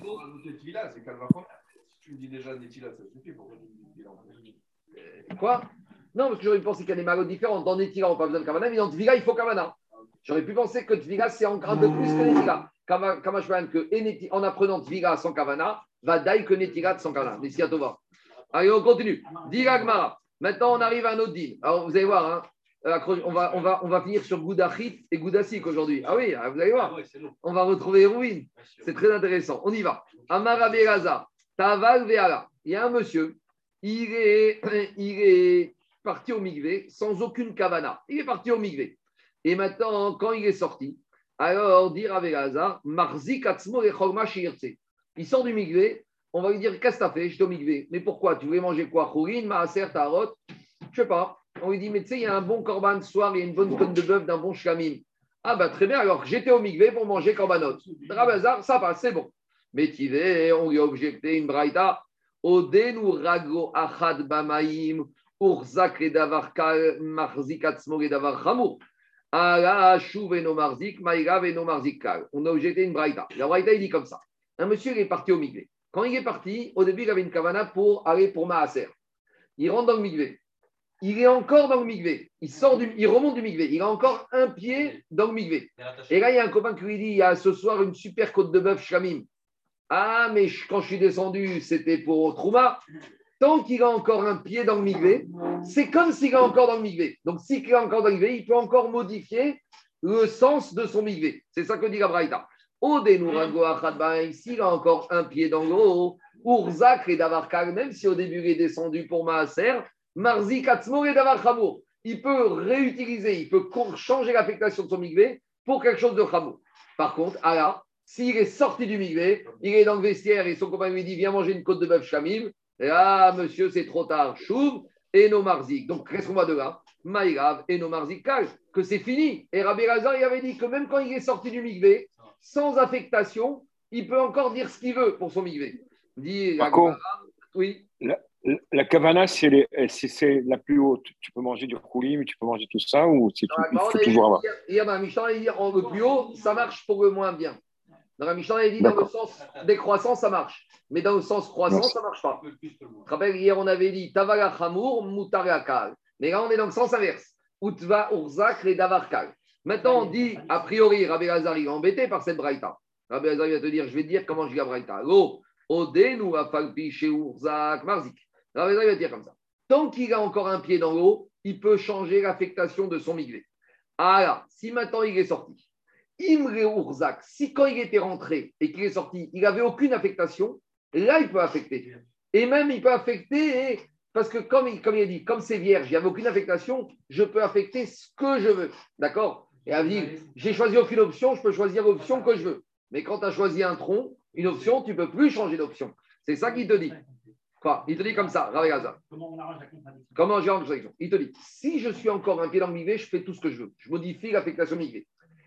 Si tu me dis déjà Netila, ça suffit. Pourquoi tu me dis Quoi? Non, parce que j'aurais pensé qu'il y a des malades différents. Dans Netila, on n'a pas besoin de kavana, mais dans Tvila, il faut kavana. J'aurais pu penser que Tvila, c'est encore un peu plus que Netila. Kamashman, que en apprenant Tvila sans kavana, va d'aille que Netila sans kavana. Nessia Tova. Allez, on continue. Diragmara. Maintenant, on arrive à un autre deal. Alors, vous allez voir, hein, on, va, on, va, on va finir sur Goudachit et Goudasik aujourd'hui. Ah oui, vous allez voir. On va retrouver Héroïne. C'est très intéressant. On y va. Amara Beraza. Taval Veala. Il y a un monsieur. Il est. Il est parti au Migvé sans aucune kavana. Il est parti au Migvé. Et maintenant, quand il est sorti, alors, dire avec Hazar, Marzi Katzmo et Chorma Shirtse. Il sort du Migvé, on va lui dire, qu'est-ce que tu as fait? J'étais au Migvé. Mais pourquoi? Tu voulais manger quoi? Chourine, Maaser, Tarot? Je sais pas. On lui dit, mais tu sais, il y a un bon korban ce soir, il y a une bonne tonne de bœuf d'un bon shlamim. Ah, bah très bien, alors j'étais au Migvé pour manger korbanot. Rabazar, ça passe, c'est bon. Mais tu vas, on lui a objecté une braïta. Odenu rago achad bamaim. Urzak et davar kal marzik atzmo et davar chamur. Ala shuv et no marzik, maïgav et no marzik kal. On a objecté une braïta. La braïta, il dit comme ça. Un monsieur, il est parti au Migvé. Quand il est parti, au début, il avait une kavana pour aller pour Maaser. Il rentre dans le Migvé. Il est encore dans le Migvé. Il sort du, il remonte du Migvé. Il a encore un pied dans le Migvé. Et là, il y a un copain qui lui dit, il y a ce soir une super côte de bœuf shlamim. Ah, mais quand je suis descendu, c'était pour Trouma. Tant qu'il a encore un pied dans le Migvé, c'est comme s'il est encore dans le Migvé. Donc, s'il est encore dans le Migvé, il peut encore modifier le sens de son Migvé. C'est ça que dit la Braïta. S'il a encore un pied dans l'eau, Urzak et Davarkal, même si au début il est descendu pour Maaser, Marzi Katzmo et Davar Chamour, il peut réutiliser, il peut changer l'affectation de son Migvé pour quelque chose de Chamour. Par contre, alors, s'il est sorti du Migvé, il est dans le vestiaire et son copain lui dit viens manger une côte de bœuf Shamim. Et là, monsieur, c'est trop tard. Chouv et no marzik. Donc, qu'est-ce qu'on va de là? Maïrav et no marzik kal, que c'est fini. Et Rabbi Lazar, il avait dit que même quand il est sorti du Migvé, sans affectation, il peut encore dire ce qu'il veut pour son Migvé. Dit Marco, oui. là, La kavana, c'est, les, c'est, c'est la plus haute. Tu peux manger du roulim, tu peux manger tout ça, ou c'est tout, il faut toujours avoir. Hier, dans la Mishnah, il dit le plus haut, ça marche pour le moins bien. Dans la Mishnah, il dit dans le sens décroissant, ça marche. Mais dans le sens croissant, ça ne marche pas. Tu te rappelles, hier, on avait dit Tavala Chamour, Moutara Kal. Mais là, on est dans le sens inverse. Utva Urzak, et Davar Kal. Maintenant, on dit, a priori, Rabbi Lazar, il est embêté par cette braïta. Rabbi Lazar, il va te dire, je vais te dire comment je dis la braïta. Lo, Odenu, Afalpi, chez Urzak, Marzik. Rabbi Lazar, il va te dire comme ça. Tant qu'il a encore un pied dans l'eau, il peut changer l'affectation de son migvé. Alors, si maintenant il est sorti, Imre Urzak, si quand il était rentré et qu'il est sorti, il n'avait aucune affectation, là, il peut affecter. Et même, il peut affecter, parce que comme il, comme il a dit, comme c'est vierge, il n'y avait aucune affectation, je peux affecter ce que je veux. D'accord? Et elle dit, j'ai choisi aucune option, je peux choisir l'option que je veux. Mais quand tu as choisi un tronc, une option, tu ne peux plus changer d'option. C'est ça qu'il te dit. Quoi? Il te dit comme ça, Rabbi Lazar. Comment on arrange la contradiction? Comment j'arrange la contradiction? Il te dit, si je suis encore un pied dans le migvé, je fais tout ce que je veux. Je modifie l'affectation migvé.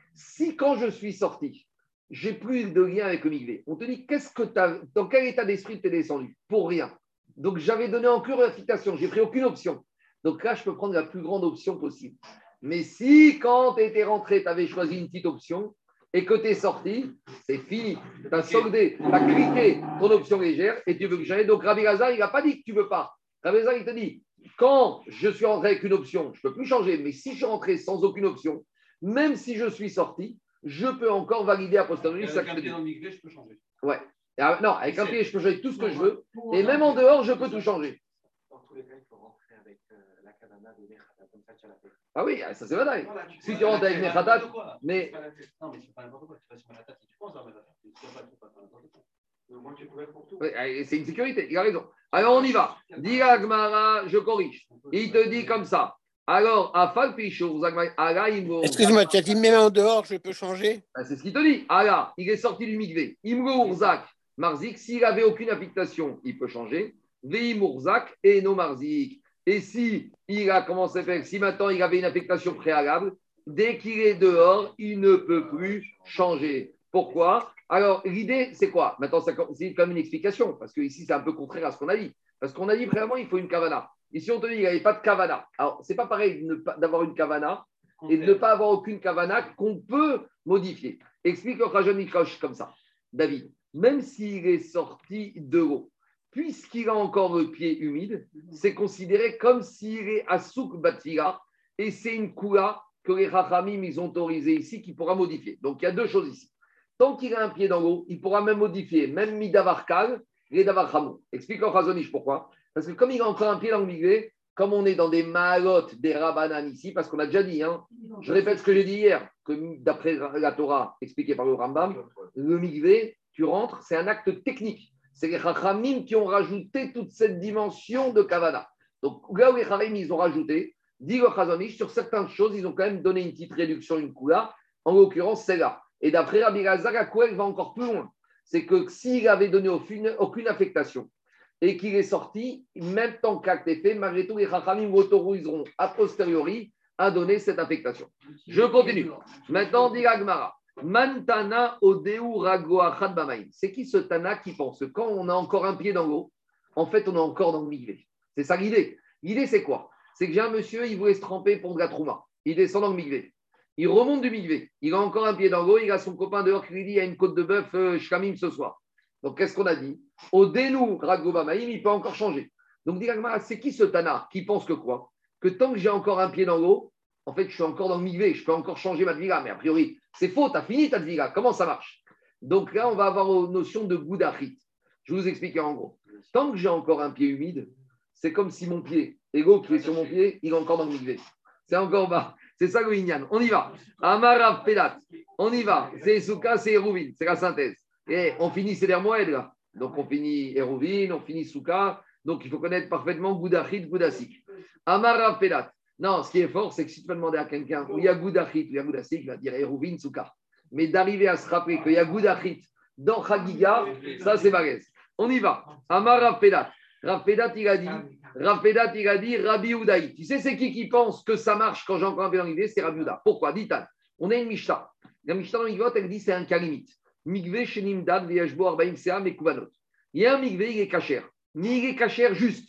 Si quand je suis sorti, j'ai plus de lien avec le migvé, on te dit, qu'est-ce que t'as, dans quel état d'esprit tu es descendu? Pour rien. Donc, j'avais donné encore l'affectation, j'ai pris aucune option. Donc là, je peux prendre la plus grande option possible. Mais si, quand tu étais rentré, tu avais choisi une petite option et que tu es sorti, c'est fini. Tu as soldé, tu as cliqué ton option légère et tu veux que j'aille. Donc, Rabbi Lazar, il n'a pas dit que tu ne veux pas. Rabbi Lazar, il te dit, quand je suis rentré avec une option, je ne peux plus changer. Mais si je suis rentré sans aucune option, même si je suis sorti, je peux encore valider a posteriori. Avec un pied dans le migvé, je peux changer. Ouais. Non, avec un pied, je peux changer tout ce que je veux. Et même en dehors, je peux tout changer. Dans tous les cas, il faut rentrer avec euh, la kavana de Nechata, comme ça tu as la tête. Ah oui, ça c'est vrai. Voilà, si tu rentres avec Nechatat, mais. Non, mais c'est pas n'importe quoi. Tu vas sur la tête si tu penses à la tête. Tu ne pas n'importe quoi. Moi, tu pourrais pour tout. C'est une sécurité, il a raison. Alors on y va. Dis Agmara, je corrige. Il te dit comme ça. Alors, Afal Pichou, excuse-moi, tu as dit même en dehors, je peux changer? C'est ce qu'il te dit. Alors, il est sorti du migvé. Imro Urzak, Marzik, s'il n'avait aucune affectation, il peut changer. Veim Urzak et no Marzik. Et si il a commencé à faire, si maintenant il avait une affectation préalable, dès qu'il est dehors, il ne peut plus changer. Pourquoi? Alors, l'idée, c'est quoi? Maintenant, c'est comme une explication, parce que ici, c'est un peu contraire à ce qu'on a dit. Parce qu'on a dit vraiment, il faut une kavana. Ici, on te dit qu'il n'y avait pas de kavana. Alors, ce n'est pas pareil d'avoir une kavana et de ne pas avoir aucune kavana qu'on peut modifier. Explique le Rajon Nikosh comme ça. David, même s'il est sorti de l'eau, puisqu'il a encore le pied humide, c'est considéré comme s'il est à souk batfila et c'est une koula que les Chachamim ils ont autorisé ici qui pourra modifier. Donc, il y a deux choses ici. Tant qu'il a un pied dans l'eau, il pourra même modifier, même midavar kal, les davar chamou. Explique le Chazonish pourquoi. Parce que comme il a encore un pied dans le migvé, comme on est dans des malotes, des rabanan ici, parce qu'on a déjà dit, hein, je répète ce que j'ai dit hier, que d'après la Torah expliquée par le Rambam, le migvé, tu rentres, c'est un acte technique. C'est les Chachamim qui ont rajouté toute cette dimension de Kavana. Donc là où les Chachamim, ils ont rajouté, dit le Chazonish, sur certaines choses, ils ont quand même donné une petite réduction, une coula, en l'occurrence celle-là. Et d'après Rabbi Lazar, la coula, elle va encore plus loin. C'est que s'il avait donné aucune, aucune affectation, et qu'il est sorti, même tant qu'acte est fait, malgré tout, les Chachamim autoriseront a posteriori à donner cette affectation. Je continue. Maintenant, dit Agmara, Mantana Odeu Rago Achad Bamaim. C'est qui ce Tana qui pense que quand on a encore un pied dans l'eau, en fait, on est encore dans le migvé. C'est ça l'idée. L'idée, c'est quoi? C'est que j'ai un monsieur, il voulait se tremper pour de la trouma. Il descend dans le migvé. Il remonte du migvé. Il a encore un pied dans l'eau. Il a son copain dehors qui lui dit il y a une côte de bœuf euh, shkamim ce soir. Donc, qu'est-ce qu'on a dit? Au dénou, Ragobamaïm, il peut encore changer. Donc, dit Agmara, c'est qui ce Tana qui pense que quoi? Que tant que j'ai encore un pied dans l'eau, en fait, je suis encore dans le migvé, je peux encore changer ma tvila. Mais a priori, c'est faux, tu as fini ta tvila. Comment ça marche? Donc là, on va avoir une notion de goudachit. Je vais vous expliquer en gros. Tant que j'ai encore un pied humide, c'est comme si mon pied, l'ego qui est sur mon pied, il est encore dans le migvé. C'est encore bas. C'est ça le Inyan. On y va. Amarav Pelat. On y va. C'est Souka, c'est Hérouvine. C'est la synthèse. Et on finit Seder Moed là. Donc on finit Hérouvine, on finit Souka. Donc il faut connaître parfaitement Goudachit, Goudasik. Amarav Pelat. Non, ce qui est fort, c'est que si tu vas demander à quelqu'un où il y a Goudachit, où il y a Goudasik, il va dire Hérouvine, Souka. Mais d'arriver à se rappeler qu'il y a Goudachit dans Chagiga, ça c'est balèze. On y va. Amarav Pelat. Rav Pedat, il a dit, Rav Pedat, il a dit Rabbi Udaï. Tu sais, c'est qui qui pense que ça marche quand j'ai encore un pied dans l'idée? C'est Rabbi Uda. Pourquoi? Dit-on. On a une Mishnah. La Mishnah dans Migvot, elle dit c'est un cas limite. Migvé shenim dad v'yashbo arbaim se'am et kuvanot. Il y a un migvé, il est cachère. Mais il est cachère juste.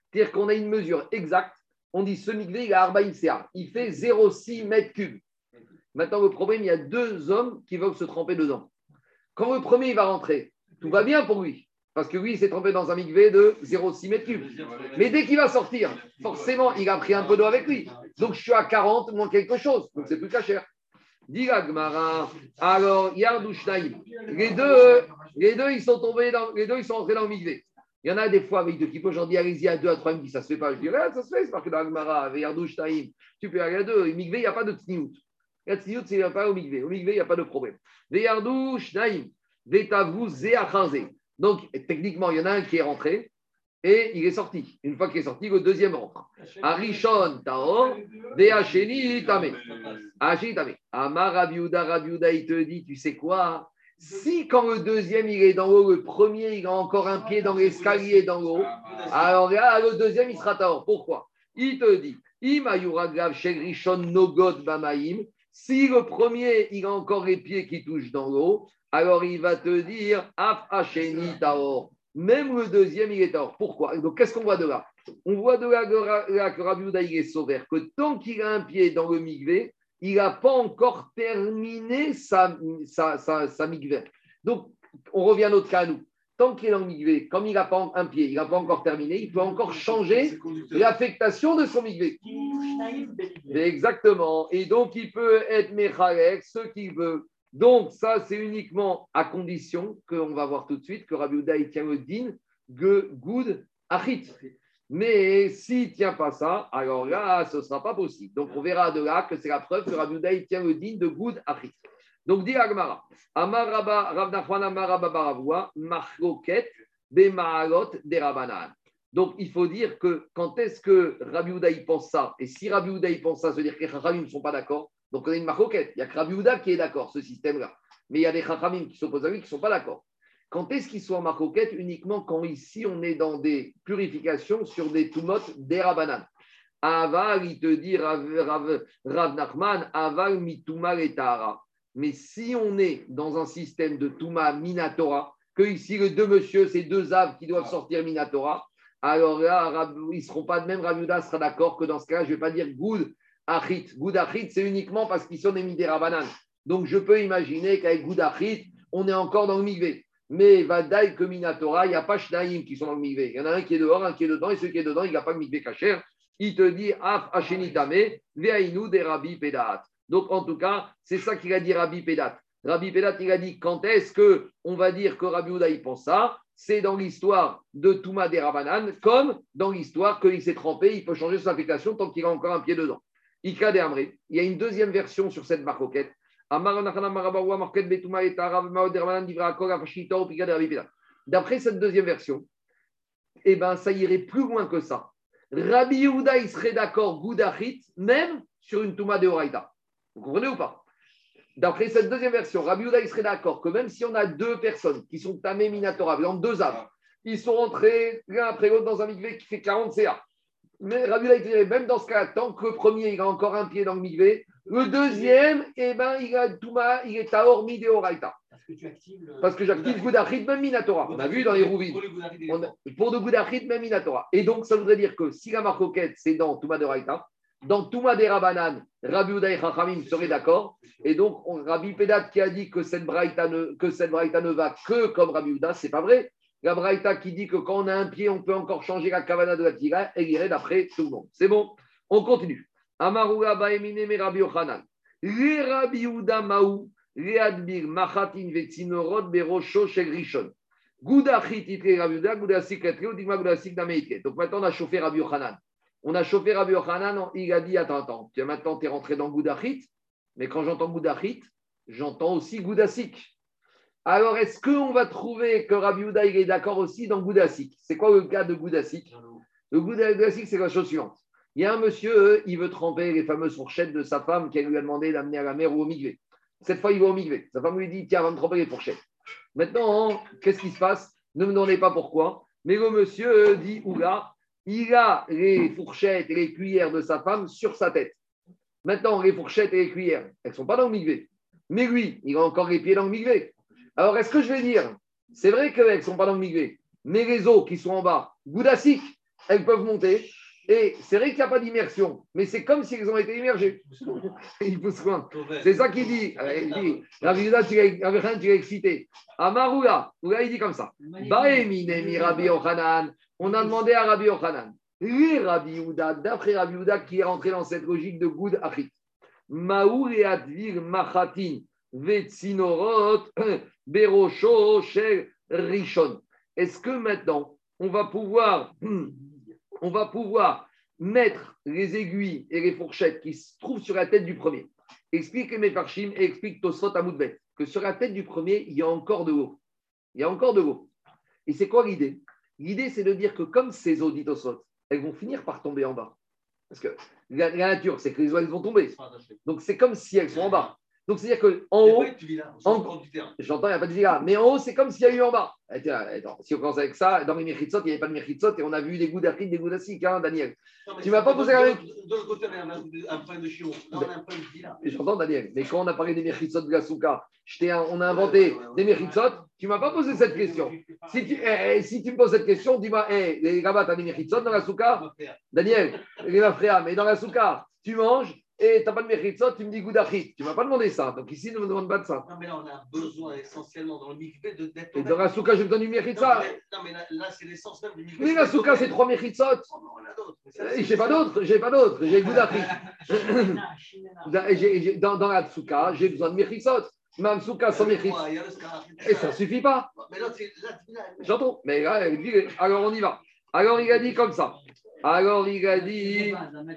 C'est-à-dire qu'on a une mesure exacte. On dit ce mikvé, il a Arbaïm Seah. Il fait zéro virgule six mètres cubes. Maintenant, le problème, il y a deux hommes qui veulent se tremper dedans. Quand le premier il va rentrer, tout va bien pour lui. Parce que lui, il s'est trempé dans un mikvé de zéro virgule six mètres cubes. Mais dès qu'il va sortir, forcément, il a pris un peu d'eau avec lui. Donc, je suis à quarante moins quelque chose. Donc, c'est plus cher. Dit la Gemara. Alors, Yardou Shnaïm. Les deux, les deux, ils sont tombés dans, les deux, ils sont entrés dans le mikvé. Il y en a des fois avec deux qui aujourd'hui, allez-y à deux, à trois, ils me disent ça se fait pas. Je dis, ouais, ça se fait, c'est marqué dans la Gemara. Yardou Shnaïm. Tu peux aller à deux. Le mikvé, il n'y a pas de tsniout. La tsniout, c'est pas au mikvé. Au mikvé, il n'y a pas de problème. Yardou Shnaïm. Vetavou Zé Achanzé. Donc, techniquement, il y en a un qui est rentré et il est sorti. Une fois qu'il est sorti, le deuxième rentre. Arishon Taor, Veacheni Tame. Acheni Tame. Amar Rabiouda, Rabiouda, il te dit, tu sais quoi? Si quand le deuxième il est dans l'eau, le premier il a encore un pied dans l'escalier dans l'eau, alors là, le deuxième il sera Taor. Pourquoi? Il te dit, Imayuragav Shegrishon Nogot Bamaim. Si le premier il a encore les pieds qui touchent dans l'eau, alors il va te dire Af Hacheni Taor. Même le deuxième, il est Taor. Pourquoi? Donc, qu'est-ce qu'on voit de là? On voit de là que Rabbi Yehuda, il est sauvé, que tant qu'il a un pied dans le mikvé, il n'a pas encore terminé sa, sa, sa, sa mikvé. Donc, on revient à notre cas à nous. Tant qu'il est dans le mikvé, comme il n'a pas un pied, il n'a pas encore terminé, il peut encore changer l'affectation de son mikvé. Exactement. Et donc, il peut être Mechalek, ce qu'il veut. Donc, ça, c'est uniquement à condition qu'on va voir tout de suite que Rabbi Yehuda il tient le din Goud Achit. Mais s'il ne tient pas ça, alors là, ce ne sera pas possible. Donc, on verra de là que c'est la preuve que Rabbi Yehuda il tient le din de Goud Achit. Donc, dit Agmara, Amar Rav Nachman Amar Rabba Baravua, Machloket Bemaalot de Rabanan. Donc, il faut dire que quand est-ce que Rabbi Yehuda il pense ça? Et si Rabbi Yehuda il pense ça, ça veut dire que les Chachamim ne sont pas d'accord. Donc, on a une marcoquette. Il y a que Rabbi Yehuda qui est d'accord, ce système-là. Mais il y a des Chachamim qui s'opposent à lui qui ne sont pas d'accord. Quand est-ce qu'ils sont en marcoquette? Uniquement quand ici, on est dans des purifications sur des tumot des Rabanan. Aval, il te dit, Rav, Rav, Rav Nachman, Aval mituma et tahara. Mais si on est dans un système de Touma Minatora, que ici, les deux messieurs, ces deux aves qui doivent sortir Minatora, alors là, ils ne seront pas de même. Rabbi Yehuda sera d'accord que dans ce cas, je ne vais pas dire Goud Achit. Goud Achit, c'est uniquement parce qu'ils sont des midé Rabanan. Donc, je peux imaginer qu'avec Goud Achit, on est encore dans le mikvé. Mais Vadaï que Minatora, il n'y a pas Shnaïm qui sont dans le mikvé. Il y en a un qui est dehors, un qui est dedans, et celui qui est dedans, il n'a pas le mikvé kacher. Il te dit Af Hachenitame, Veaïnou des Rabbi Pedat. Donc, en tout cas, c'est ça qu'il a dit Rabbi Pedat. Rabbi Pedat, il a dit quand est-ce qu'on va dire que Rabbi Yehuda il pense ça? C'est dans l'histoire de Touma des Rabanan, comme dans l'histoire qu'il s'est trempé, il peut changer son affectation tant qu'il a encore un pied dedans. Ika de Amré. Il y a une deuxième version sur cette marcoquette. D'après cette deuxième version, eh ben, ça irait plus loin que ça. Rabbi Yehuda, il serait d'accord, Goudachit, même sur une Touma de Horaïta. Vous comprenez ou pas? D'après cette deuxième version, Rabbi Yehuda, il serait d'accord que même si on a deux personnes qui sont tamé minatora, dans deux âmes, ils sont rentrés l'un après l'autre dans un mikvé qui fait quarante C A. Mais Rabbi Yehuda, il dirait, même dans ce cas, tant que le premier, il a encore un pied dans le mikvé, le deuxième, eh ben, il a Touma, il est Taor mi de Horaïta. Parce que tu actives le... Parce que j'active Goudachit, même Minatora. On a vu dans les Rouvines. Pour le Goudachit, même Minatora. Et donc, ça voudrait dire que si la marcoquette, c'est dans Touma de Horaïta, dans Touma des Rabanan, Rabbi Yehuda et Chachamim seraient d'accord. Et donc, on, Rabbi Pedat qui a dit que cette braïta ne, que cette braïta ne va que comme Rabbi Yehuda, c'est pas vrai. La braïta qui dit que quand on a un pied, on peut encore changer la kavana de la tira, elle irait d'après tout le monde. C'est bon, on continue. Amaroula baemine me Rabbi Yochanan. Les Rabbi Yehuda maou, les admir machatin vetzinorot berosho shel rishon. Goudachit itre Rabbi Yehuda, goudasik etre, digma goudasik dameitke. Donc maintenant, on a chauffé Rabbi Yochanan. On a chauffé Rabbi Yochanan, il a dit attends, attends, maintenant tu es rentré dans Goudachit, mais quand j'entends Goudachit, j'entends aussi Goudasik. Alors est-ce qu'on va trouver que Rabbi Yehuda il est d'accord aussi dans Goudasik? C'est quoi le cas de Goudasik? Le Goudasik, c'est la chose suivante. Il y a un monsieur, il veut tremper les fameuses fourchettes de sa femme qu'elle lui a demandé d'amener à la mer ou au mikvé. Cette fois, il va au mikvé. Sa femme lui dit tiens, va me tremper les fourchettes. Maintenant, qu'est-ce qui se passe? Ne me demandez pas pourquoi, mais le monsieur dit oula. Il a les fourchettes et les cuillères de sa femme sur sa tête. Maintenant, les fourchettes et les cuillères, elles ne sont pas dans le mikvé. Mais lui, il a encore les pieds dans le mikvé. Alors, est-ce que je vais dire, c'est vrai qu'elles ne sont pas dans le mikvé, mais les os qui sont en bas, Goudasik, elles peuvent monter. Et c'est vrai qu'il n'y a pas d'immersion, mais c'est comme si elles ont été immergées. Il pousse loin. C'est ça qu'il dit. Il dit Rabbi Yehuda, tu l'as excité. Amaroula, il dit comme ça. Baemine Rabbi Yochanan. On a demandé à Rabbi Yochanan. Lui, Rabbi Yehuda, d'après Rabbi Yehuda, qui est rentré dans cette logique de Goud Achit. Maour et Advir Machatin Vetzinorot Berosho Shel Rishon. Est-ce que maintenant, on va pouvoir. On va pouvoir mettre les aiguilles et les fourchettes qui se trouvent sur la tête du premier. Explique les Mefarshim et explique Tosfot à Moudbet que sur la tête du premier, il y a encore de l'eau. Il y a encore de l'eau. Et c'est quoi l'idée? L'idée, c'est de dire que comme ces eaux, dit Tosfot, elles vont finir par tomber en bas. Parce que la, la nature, c'est que les eaux, elles vont tomber. Donc, c'est comme si elles sont en bas. Donc, c'est-à-dire qu'en haut, en, j'entends, il n'y a pas de villa, mais en haut, c'est comme s'il y a eu en bas. Attends, si on commence avec ça, dans les Mechitsot, il n'y avait pas de Mechitsot et on a vu des goûts d'Afrique, des goûts d'Assik, hein, Daniel. Non, tu ne m'as pas posé la même question. De l'autre côté, on a un problème de chiot. Là, on a un problème de villa. J'entends, Daniel, mais quand on a parlé des Mechitsot de la Souka, on a inventé des Mechitsot, tu ne m'as pas posé cette question. Si tu, eh, si tu me poses cette question, dis-moi, hey, les gars, tu as des Mechitsot dans la Souka? Daniel, les Mafréa, mais dans la Souka, tu manges. Et tu n'as pas de méritzot, tu me dis goudachit. Tu ne m'as pas demandé ça. Donc ici, ne me demande pas de ça. Non, mais là, on a besoin essentiellement dans le mikvé d'être. Et dans la souka, j'ai besoin du méritzot. Non, non, mais là, là c'est l'essence même du mikvé. Oui, la souka, c'est trois méritzot. Oh, on a d'autres. J'ai pas d'autres. J'ai pas d'autres. J'ai goudachit. dans, dans la souka, j'ai besoin de méritzot. Même souka sans méritzot. Et ça ne suffit pas. J'entends. Mais là, alors on y va. Alors il a dit comme ça. Alors il a dit,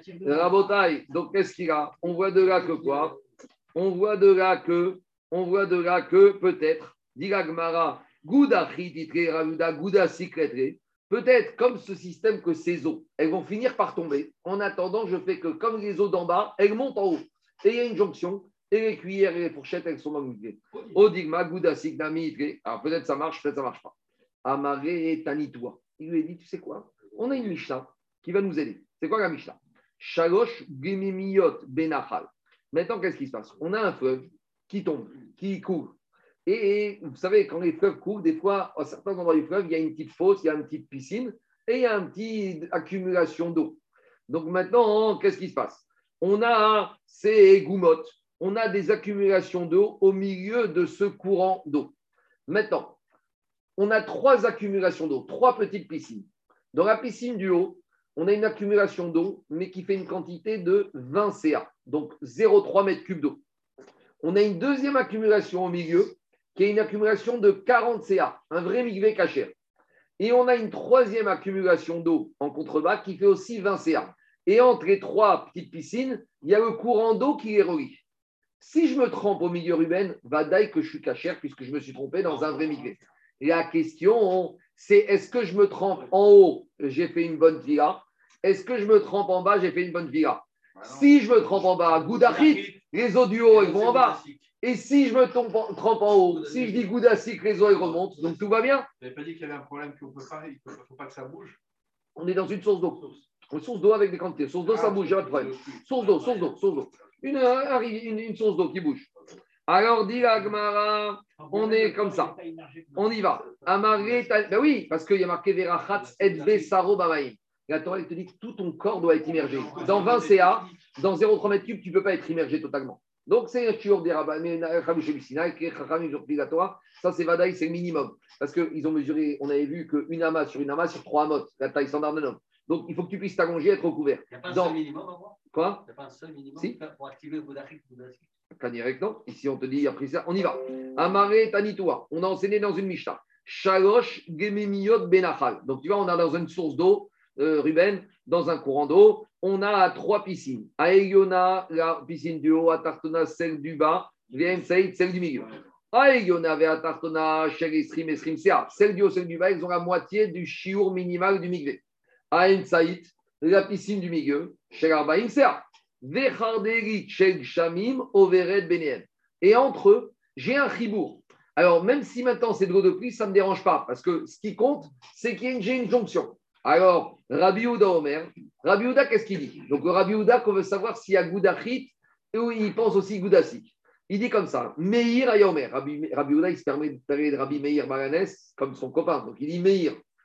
Rabotai, donc qu'est-ce qu'il a? On voit de là que quoi? On voit de là que, on voit de là que peut-être, dit la Gemara, Goudachi titré Ravuda, Goudasi kletré, peut-être comme ce système que ces eaux, elles vont finir par tomber. En attendant, je fais que comme les eaux d'en bas, elles montent en haut. Et il y a une jonction, et les cuillères et les fourchettes, elles sont magnifiées. Odigma, Goudasi, Gnami, alors peut-être ça marche, peut-être ça ne marche pas. Amaré et Tanitoua. Il lui a dit, tu sais quoi? On a une Mishnah qui va nous aider. C'est quoi la Mishnah? Shalosh Gemimiyot Benachal. Maintenant, qu'est-ce qui se passe? On a un fleuve qui tombe, qui court. Et, et vous savez, quand les fleuves courent, des fois, à certains endroits du fleuve, il y a une petite fosse, il y a une petite piscine et il y a une petite accumulation d'eau. Donc maintenant, qu'est-ce qui se passe? On a ces goumottes, on a des accumulations d'eau au milieu de ce courant d'eau. Maintenant, on a trois accumulations d'eau, trois petites piscines. Dans la piscine du haut, on a une accumulation d'eau, mais qui fait une quantité de vingt C A, donc zéro virgule trois mètres cubes d'eau. On a une deuxième accumulation au milieu, qui est une accumulation de quarante C A, un vrai migvé caché. Et on a une troisième accumulation d'eau en contrebas qui fait aussi vingt C A. Et entre les trois petites piscines, il y a le courant d'eau qui les relie. Si je me trompe au milieu Ruben, va d'ailleurs que je suis cachère puisque je me suis trompé dans un vrai migvé. La question, c'est est-ce que je me trempe en haut, j'ai fait une bonne villa? Est-ce que je me trempe en bas, j'ai fait une bonne villa? Si je me trempe en bas, goudachit, les eaux du haut, ils vont en bas. Et si je me trempe en, trempe en haut, si je dis goudachit, les eaux, elles remontent. Donc tout va bien. Vous n'avez pas dit qu'il y avait un problème qu'on peut pas, il ne faut pas que ça bouge? On est dans une source d'eau. Une source d'eau avec des quantités. Source d'eau, ça bouge, il n'y a pas de problème. Source d'eau, source d'eau, source d'eau. Une, une, une source d'eau qui bouge. Alors, dit la Gemara, on est comme ça. On y va. Amaré, ben oui, parce qu'il y a marqué Verachat et Besaro Bamaïm. La Torah, elle te dit que tout ton corps doit être immergé. Dans vingt C A, dans zéro virgule trois mètres cubes, tu ne peux pas être immergé totalement. Donc, c'est un shiur des rabbins, mais la Torah, ça c'est Vadaï, c'est le minimum. Parce qu'ils ont mesuré, on avait vu qu'une amas sur une amas sur trois amotes, la taille standard d'un homme. Donc, il faut que tu puisses t'allonger et être recouvert. Il n'y a pas un dans... seul minimum à voir? Quoi? Il n'y a pas un seul minimum si. Pour activer le Goudachit? Direct, non. Ici, on te dit, après ça, on y va. Amaré Tanitoua, on a enseigné dans une Mishnah. Shalosh Gemimiyot Benachal. Donc, tu vois, on a dans une source d'eau, euh, Ruben, dans un courant d'eau, on a trois piscines. Aegona, la piscine du haut, Atartona, celle du bas, Vem Saïd, celle du milieu. Aegona, Atartona, Shel Esrim, Esrim, Sea. Celle du haut, celle du bas, ils ont la moitié du chiour minimal du migvé. Aen Saïd, la piscine du milieu, Shel Arbaim, Sea. Et entre eux, j'ai un chibour. Alors, même si maintenant c'est de l'eau de pluie, ça ne me dérange pas, parce que ce qui compte, c'est qu'il y a une, j'ai une jonction. Alors, Rabbi Yehuda Omer, Rabbi Yehuda, qu'est-ce qu'il dit? Donc, le Rabbi Yehuda, qu'on veut savoir s'il y a Goudachit, ou il pense aussi Goudasik. Il dit comme ça, Meir Ayomer. Rabbi, Rabbi Yehuda, il se permet de parler de Rabbi Meir Balanès comme son copain. Donc, il dit Meir.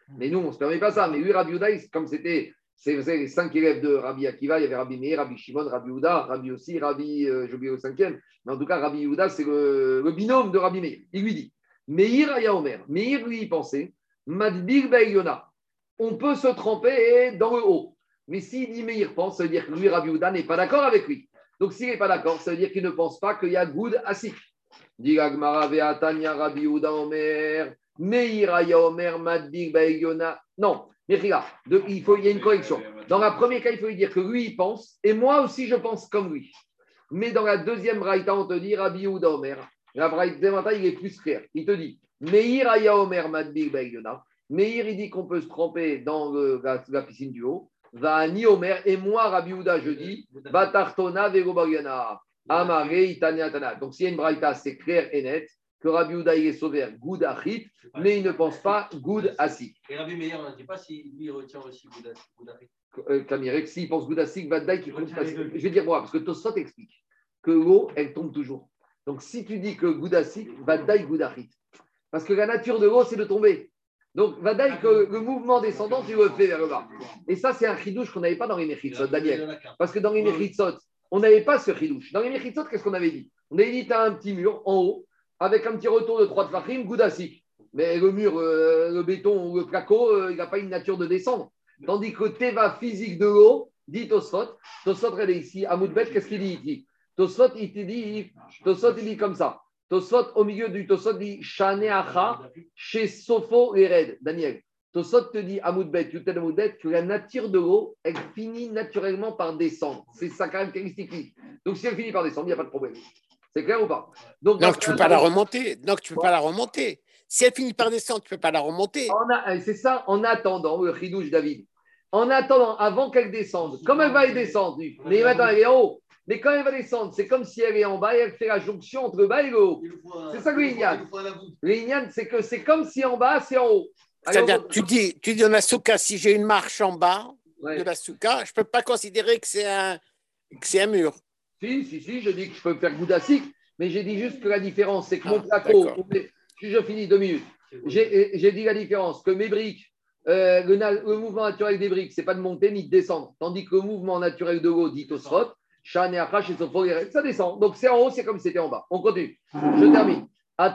Mais nous, on ne se permet pas ça. Mais lui, Rabbi Yehuda, comme c'était c'est les cinq élèves de Rabbi Akiva, il y avait Rabbi Meir, Rabbi Shimon, Rabbi Yehuda, Rabbi aussi, Rabbi, euh, j'ai oublié le cinquième, mais en tout cas, Rabbi Yehuda, c'est le, le binôme de Rabbi Meir. Il lui dit, Meir Aya Omer, Meir lui il pensait, Madbir Be'yona, on peut se tremper dans le haut. Mais s'il dit Meir pense, ça veut dire que lui, Rabbi Yehuda, n'est pas d'accord avec lui. Donc s'il n'est pas d'accord, ça veut dire qu'il ne pense pas qu'il y a Goud Asik. Dit Agmara Ve'atanya Rabbi Yehuda Omer, Meir Aya Omer, Madbir Be'yona. Non. Mais regarde, il, faut, il y a une correction. Dans le premier cas, il faut lui dire que lui, il pense, et moi aussi, je pense comme lui. Mais dans la deuxième braïta, on te dit Rabbi Yehuda Omer. La braïta, il est plus clair. Il te dit Meir Aya Omer Madbir Be'yona. Meir, il dit qu'on peut se tremper dans le, la, la piscine du haut. Va ni Omer, et moi, Rabbi Yehuda, je dis Batartona Vego Baryana. Amare Itania Tana. Donc, s'il y a une braïta, c'est clair et net que Rabbi Yehuda il est sauvé Goud Achit, mais il ne pense pas Goud Asik. Et Rabbi Meir, on ne dit pas si lui retient aussi Goud Achit. Euh, Kamirek, s'il pense Goud Asik, Vadaï qui compte pas. Je vais dire moi, parce que Tosfot explique que l'eau, elle tombe toujours. Donc si tu dis que Goud Asik, Vadaï Goud Achit. Parce que la nature de l'eau, c'est de tomber. Donc Vadaï que le mouvement descendant, tu le fais vers le bas. Et ça, c'est un chidouche qu'on n'avait pas dans les Mechitzot, Daniel. Parce que dans les Mechitzot, on n'avait pas ce chidouche. Dans les Mechitzot, qu'est-ce qu'on avait dit? On avait dit tu as un petit mur en haut, avec un petit retour de trois tfachim, Goudasik. Mais le mur, euh, le béton ou le placo, euh, il n'a pas une nature de descendre. Tandis que le Teva physique de l'eau, dit Tosfot, Tosfot, regardez ici, à Moudbet, qu'est-ce qu'il dit ici? Tosfot, il te dit, Tosfot, il dit comme ça. Tosfot, au milieu du Tosfot, dit Shane Acha, chez Sopho et Red. Daniel, Tosfot te dit à Moudbet, Yutel Moudbet, que la nature de l'eau, elle finit naturellement par descendre. C'est sa caractéristique. Donc si elle finit par descendre, il n'y a pas de problème. C'est clair ou pas? Donc, Donc tu ne peux pas la remonter. Donc, tu peux pas la remonter. Si elle finit par descendre, tu ne peux pas la remonter. C'est ça, en attendant, le chidouche David. En attendant, avant qu'elle descende, comme elle va y descendre, mais maintenant elle est en haut. Mais quand elle va descendre, c'est comme si elle est en bas et elle fait la jonction entre le bas et le haut. C'est ça que l'Ignan. L'Ignan, c'est que c'est comme si en bas, c'est en haut. C'est-à-dire, tu dis, tu dis dans la souka, si j'ai une marche en bas ouais. de la souka, je ne peux pas considérer que c'est un, que c'est un mur. Si, si, si, je dis que je peux faire Goudasik, mais j'ai dit juste que la différence, c'est que mon ah, plateau, si je finis deux minutes, j'ai, j'ai dit la différence, que mes briques, euh, le, le mouvement naturel des briques, ce n'est pas de monter ni de descendre, tandis que le mouvement naturel de l'eau, dit Tosfot, Shan et Achash et Sopho, ça descend. Donc c'est en haut, c'est comme si c'était en bas. On continue. Je termine.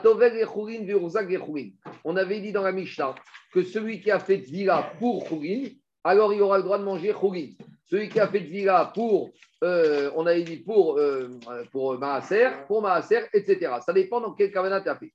On avait dit dans la Mishnah que celui qui a fait Tvila pour Chourin, alors il aura le droit de manger Chourin. Celui qui a fait Tvila pour, euh, on avait dit pour, euh, pour Maaser, pour Maaser, et cetera. Ça dépend dans quel kavanah tu as fait.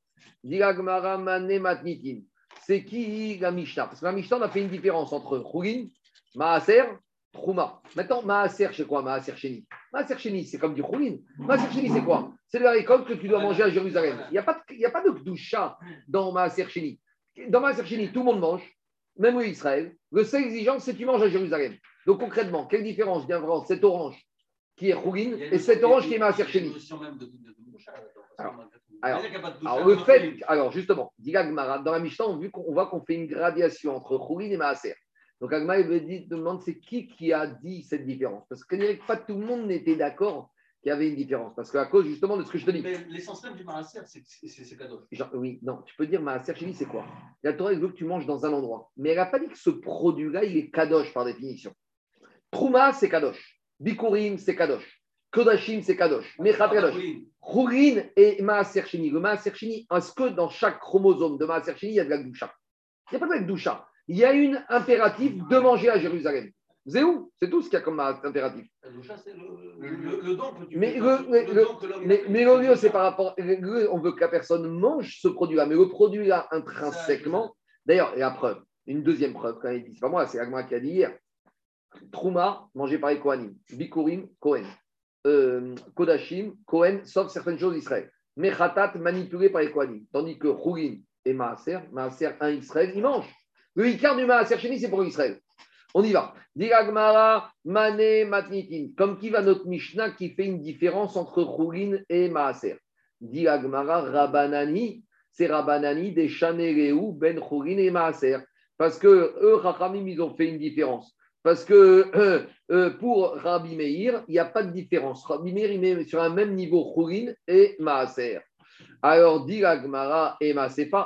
C'est qui la Mishnah? Parce que la Mishnah, on a fait une différence entre Chourin, Maaser, Trouma. Maintenant, Maaser, c'est quoi Maaser Sheni? Maaser Sheni, c'est comme du Chourin. Maaser Sheni, c'est quoi? C'est de la récolte que tu dois manger à Jérusalem. Il n'y a pas de, il y a pas de Kdusha dans Maaser Sheni. Dans Maaser Sheni, tout le monde mange, même au Israël. Le seul exigeant, c'est que tu manges à Jérusalem. Donc concrètement, quelle différence vient vraiment cette orange qui est Chourin et cette orange qui est Maaser Sheni? Alors, alors, alors, le fait, alors justement, dans la Mishnah, on, on voit qu'on fait une gradation entre Chourin et Maaser. Donc Agma il demande c'est qui qui a dit cette différence? Parce que pas tout le monde n'était d'accord qu'il y avait une différence. Parce qu'à cause justement de ce que je te dis. Mais l'essence même du maaser, c'est, c'est, c'est kadosh. Genre, oui, non, tu peux dire maaser chez lui, c'est quoi? La Torah elle veut que tu manges dans un endroit. Mais elle n'a pas dit que ce produit-là, il est kadosh par définition. Trouma, c'est kadosh. Bikurim, c'est kadosh. Kodashim, c'est kadosh. Mechat kadosh. Chourin et maaser sheni. Le maaser sheni, est-ce que dans chaque chromosome de maaser sheni, il y a de la gdusha? Il n'y a pas de la gdusha. Il y a une impératif de manger à Jérusalem. C'est où? C'est tout ce qu'il y a comme impératif. C'est le, le, le, le don que tu mais le, le, le, don que l'homme mais, mais le lieu, c'est par rapport. On veut que la personne mange ce produit-là, mais le produit-là intrinsèquement. D'ailleurs, et la preuve, une deuxième preuve, quand il dit, c'est pas moi, c'est Agma qui a dit hier. Trouma, mangé par les Kohanim. Bikurim, Kohen. Euh, Kodashim, Kohen, sauf certaines choses d'Israël. Mechatat, manipulé par les Kohanim. Tandis que Chourin et Maaser, Maaser un Israël, ils mangent. Le Icar du Maaser Sheni, c'est pour Israël. On y va. Diragmara, Mané, Matnitin. Comme qui va notre Mishnah qui fait une différence entre Chourin et Maaser. Diragmara, Rabbanani, c'est Rabbanani des Shanereu, Ben Chourin et Maaser. Parce que eux, Chachamim, ils ont fait une différence. Parce que euh, euh, pour Rabbi Meir, il n'y a pas de différence. Rabbi Meir, il met sur un même niveau Chourin et Maaser. Alors, Diragmara et Maasefa.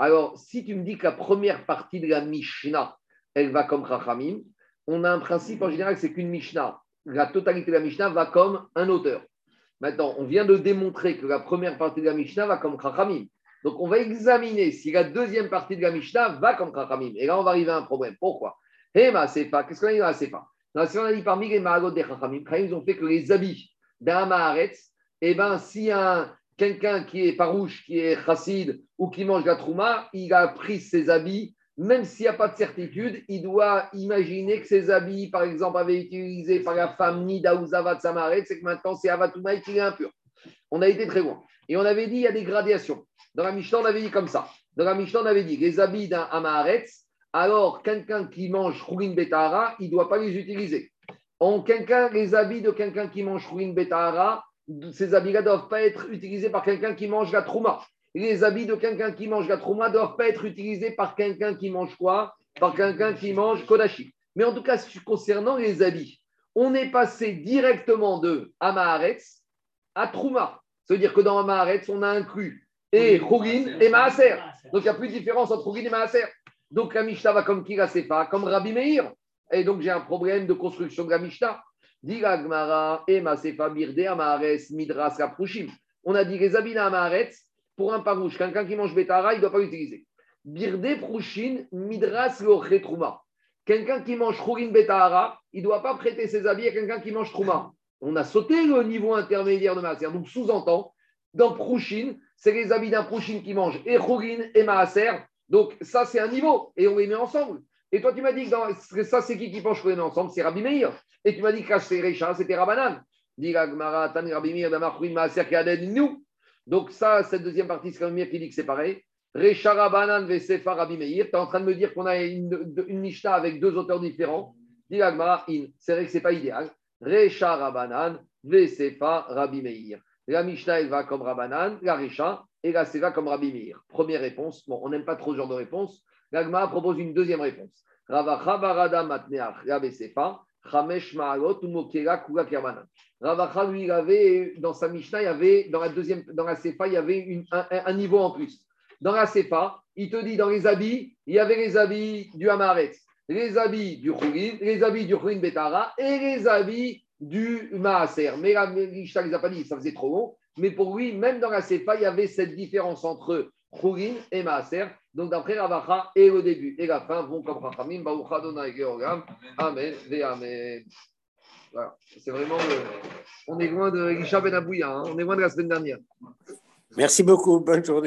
Alors, si tu me dis que la première partie de la Mishnah, elle va comme Chachamim, on a un principe en général, c'est qu'une Mishnah, la totalité de la Mishnah va comme un auteur. Maintenant, on vient de démontrer que la première partie de la Mishnah va comme Chachamim. Donc, on va examiner si la deuxième partie de la Mishnah va comme Chachamim. Et là, on va arriver à un problème. Pourquoi ? Hema Sefa, qu'est-ce qu'on a dit dans la Sefa ? Dans la Sefa, on a dit parmi les Mahalot des Chachamim, ils ont fait que les habits d'un Maharetz, eh bien, s'il y a un, quelqu'un qui est farouche, qui est chassid ou qui mange la trouma, il a pris ses habits, même s'il n'y a pas de certitude, il doit imaginer que ses habits, par exemple, avaient été utilisés par la femme Nida ou Zavat Samaret, c'est que maintenant c'est Avatouma et qu'il est impur. On a été très loin. Et on avait dit, il y a des gradations. Dans la Mishnah, on avait dit comme ça. Dans la Mishnah, on avait dit, les habits d'un Amaharetz, alors quelqu'un qui mange Khourin Betahara, il ne doit pas les utiliser. En quelqu'un, les habits de quelqu'un qui mange Khourin Betahara, ces habits-là ne doivent pas être utilisés par quelqu'un qui mange la trouma. Les habits de quelqu'un qui mange la trouma ne doivent pas être utilisés par quelqu'un qui mange quoi ? Par quelqu'un qui mange kodashi. Mais en tout cas, concernant les habits, on est passé directement de Amaharetz à trouma. Ça veut dire que dans Amaharetz, on a inclus et Khourin et Maaser. Donc, il n'y a plus de différence entre Khourin et Maaser. Donc, la Mishnah va comme qui la Sefa, comme Rabbi Meir. Et donc, j'ai un problème de construction de la Mishnah. Diga Gmara et Masefa Birde Amaharetz Midras Kaprushim. On a dit les habits d'Amaharetz, pour un parouche, quelqu'un qui mange Betara, il ne doit pas l'utiliser. Birde Prushin Midras Loche Trouma. Quelqu'un qui mange Khourin Betara, il ne doit pas prêter ses habits à quelqu'un qui mange Trouma. On a sauté le niveau intermédiaire de Maaser. Donc, sous-entend, dans Prushin, c'est les habits d'un Prushin qui mange et Khourin et Maaser. Donc, ça, c'est un niveau. Et on les met ensemble. Et toi, tu m'as dit que dans, ça, c'est qui qui mange Khourin ensemble ? C'est Rabbi Meir. Et tu m'as dit que c'est Recha, c'était Rabbanan. Dit Gmara, Tan Rabbi Meir, Damar Khourin Maaser qui a nous. Donc, ça, cette deuxième partie, c'est Rabbi Meir qui dit que c'est pareil. Recha Rabbanan Vesefa Rabbi Meir. Tu es en train de me dire qu'on a une, une Mishnah avec deux auteurs différents. Dit Gmara, in. C'est vrai que ce n'est pas idéal. Recha Rabbanan Vesefa Rabbi Meir. La Mishnah, elle va comme Rabbanan, la Recha, et la Seva comme Rabbi Meir. Première réponse. Bon, on n'aime pas trop ce genre de réponse. La Gmara propose une deuxième réponse. Ravacha Barada Matneach La Vesefa. Chamesh Ma'alot ou Mokera Kula Kermanan. Ravacha, lui, il avait, dans sa Mishnah, il y avait, dans la deuxième, dans la Sefa, il y avait une, un, un niveau en plus. Dans la Sefa, il te dit, dans les habits, il y avait les habits du Hamaretz, les habits du Khourin, les habits du Khourin Betara et les habits du Maaser. Mais la Mishnah ne les a pas dit, ça faisait trop long. Mais pour lui, même dans la Sefa, il y avait cette différence entre Khourin et Maaser. Donc, d'après Ravacha, et le début et la fin vont comme Rachamim, Baruch Adonai Georgam, Amen, Ve Amen. Voilà, c'est vraiment. Le... On est loin de Elisha Ben Abouya, hein. On est loin de la semaine dernière. Merci beaucoup, bonne journée.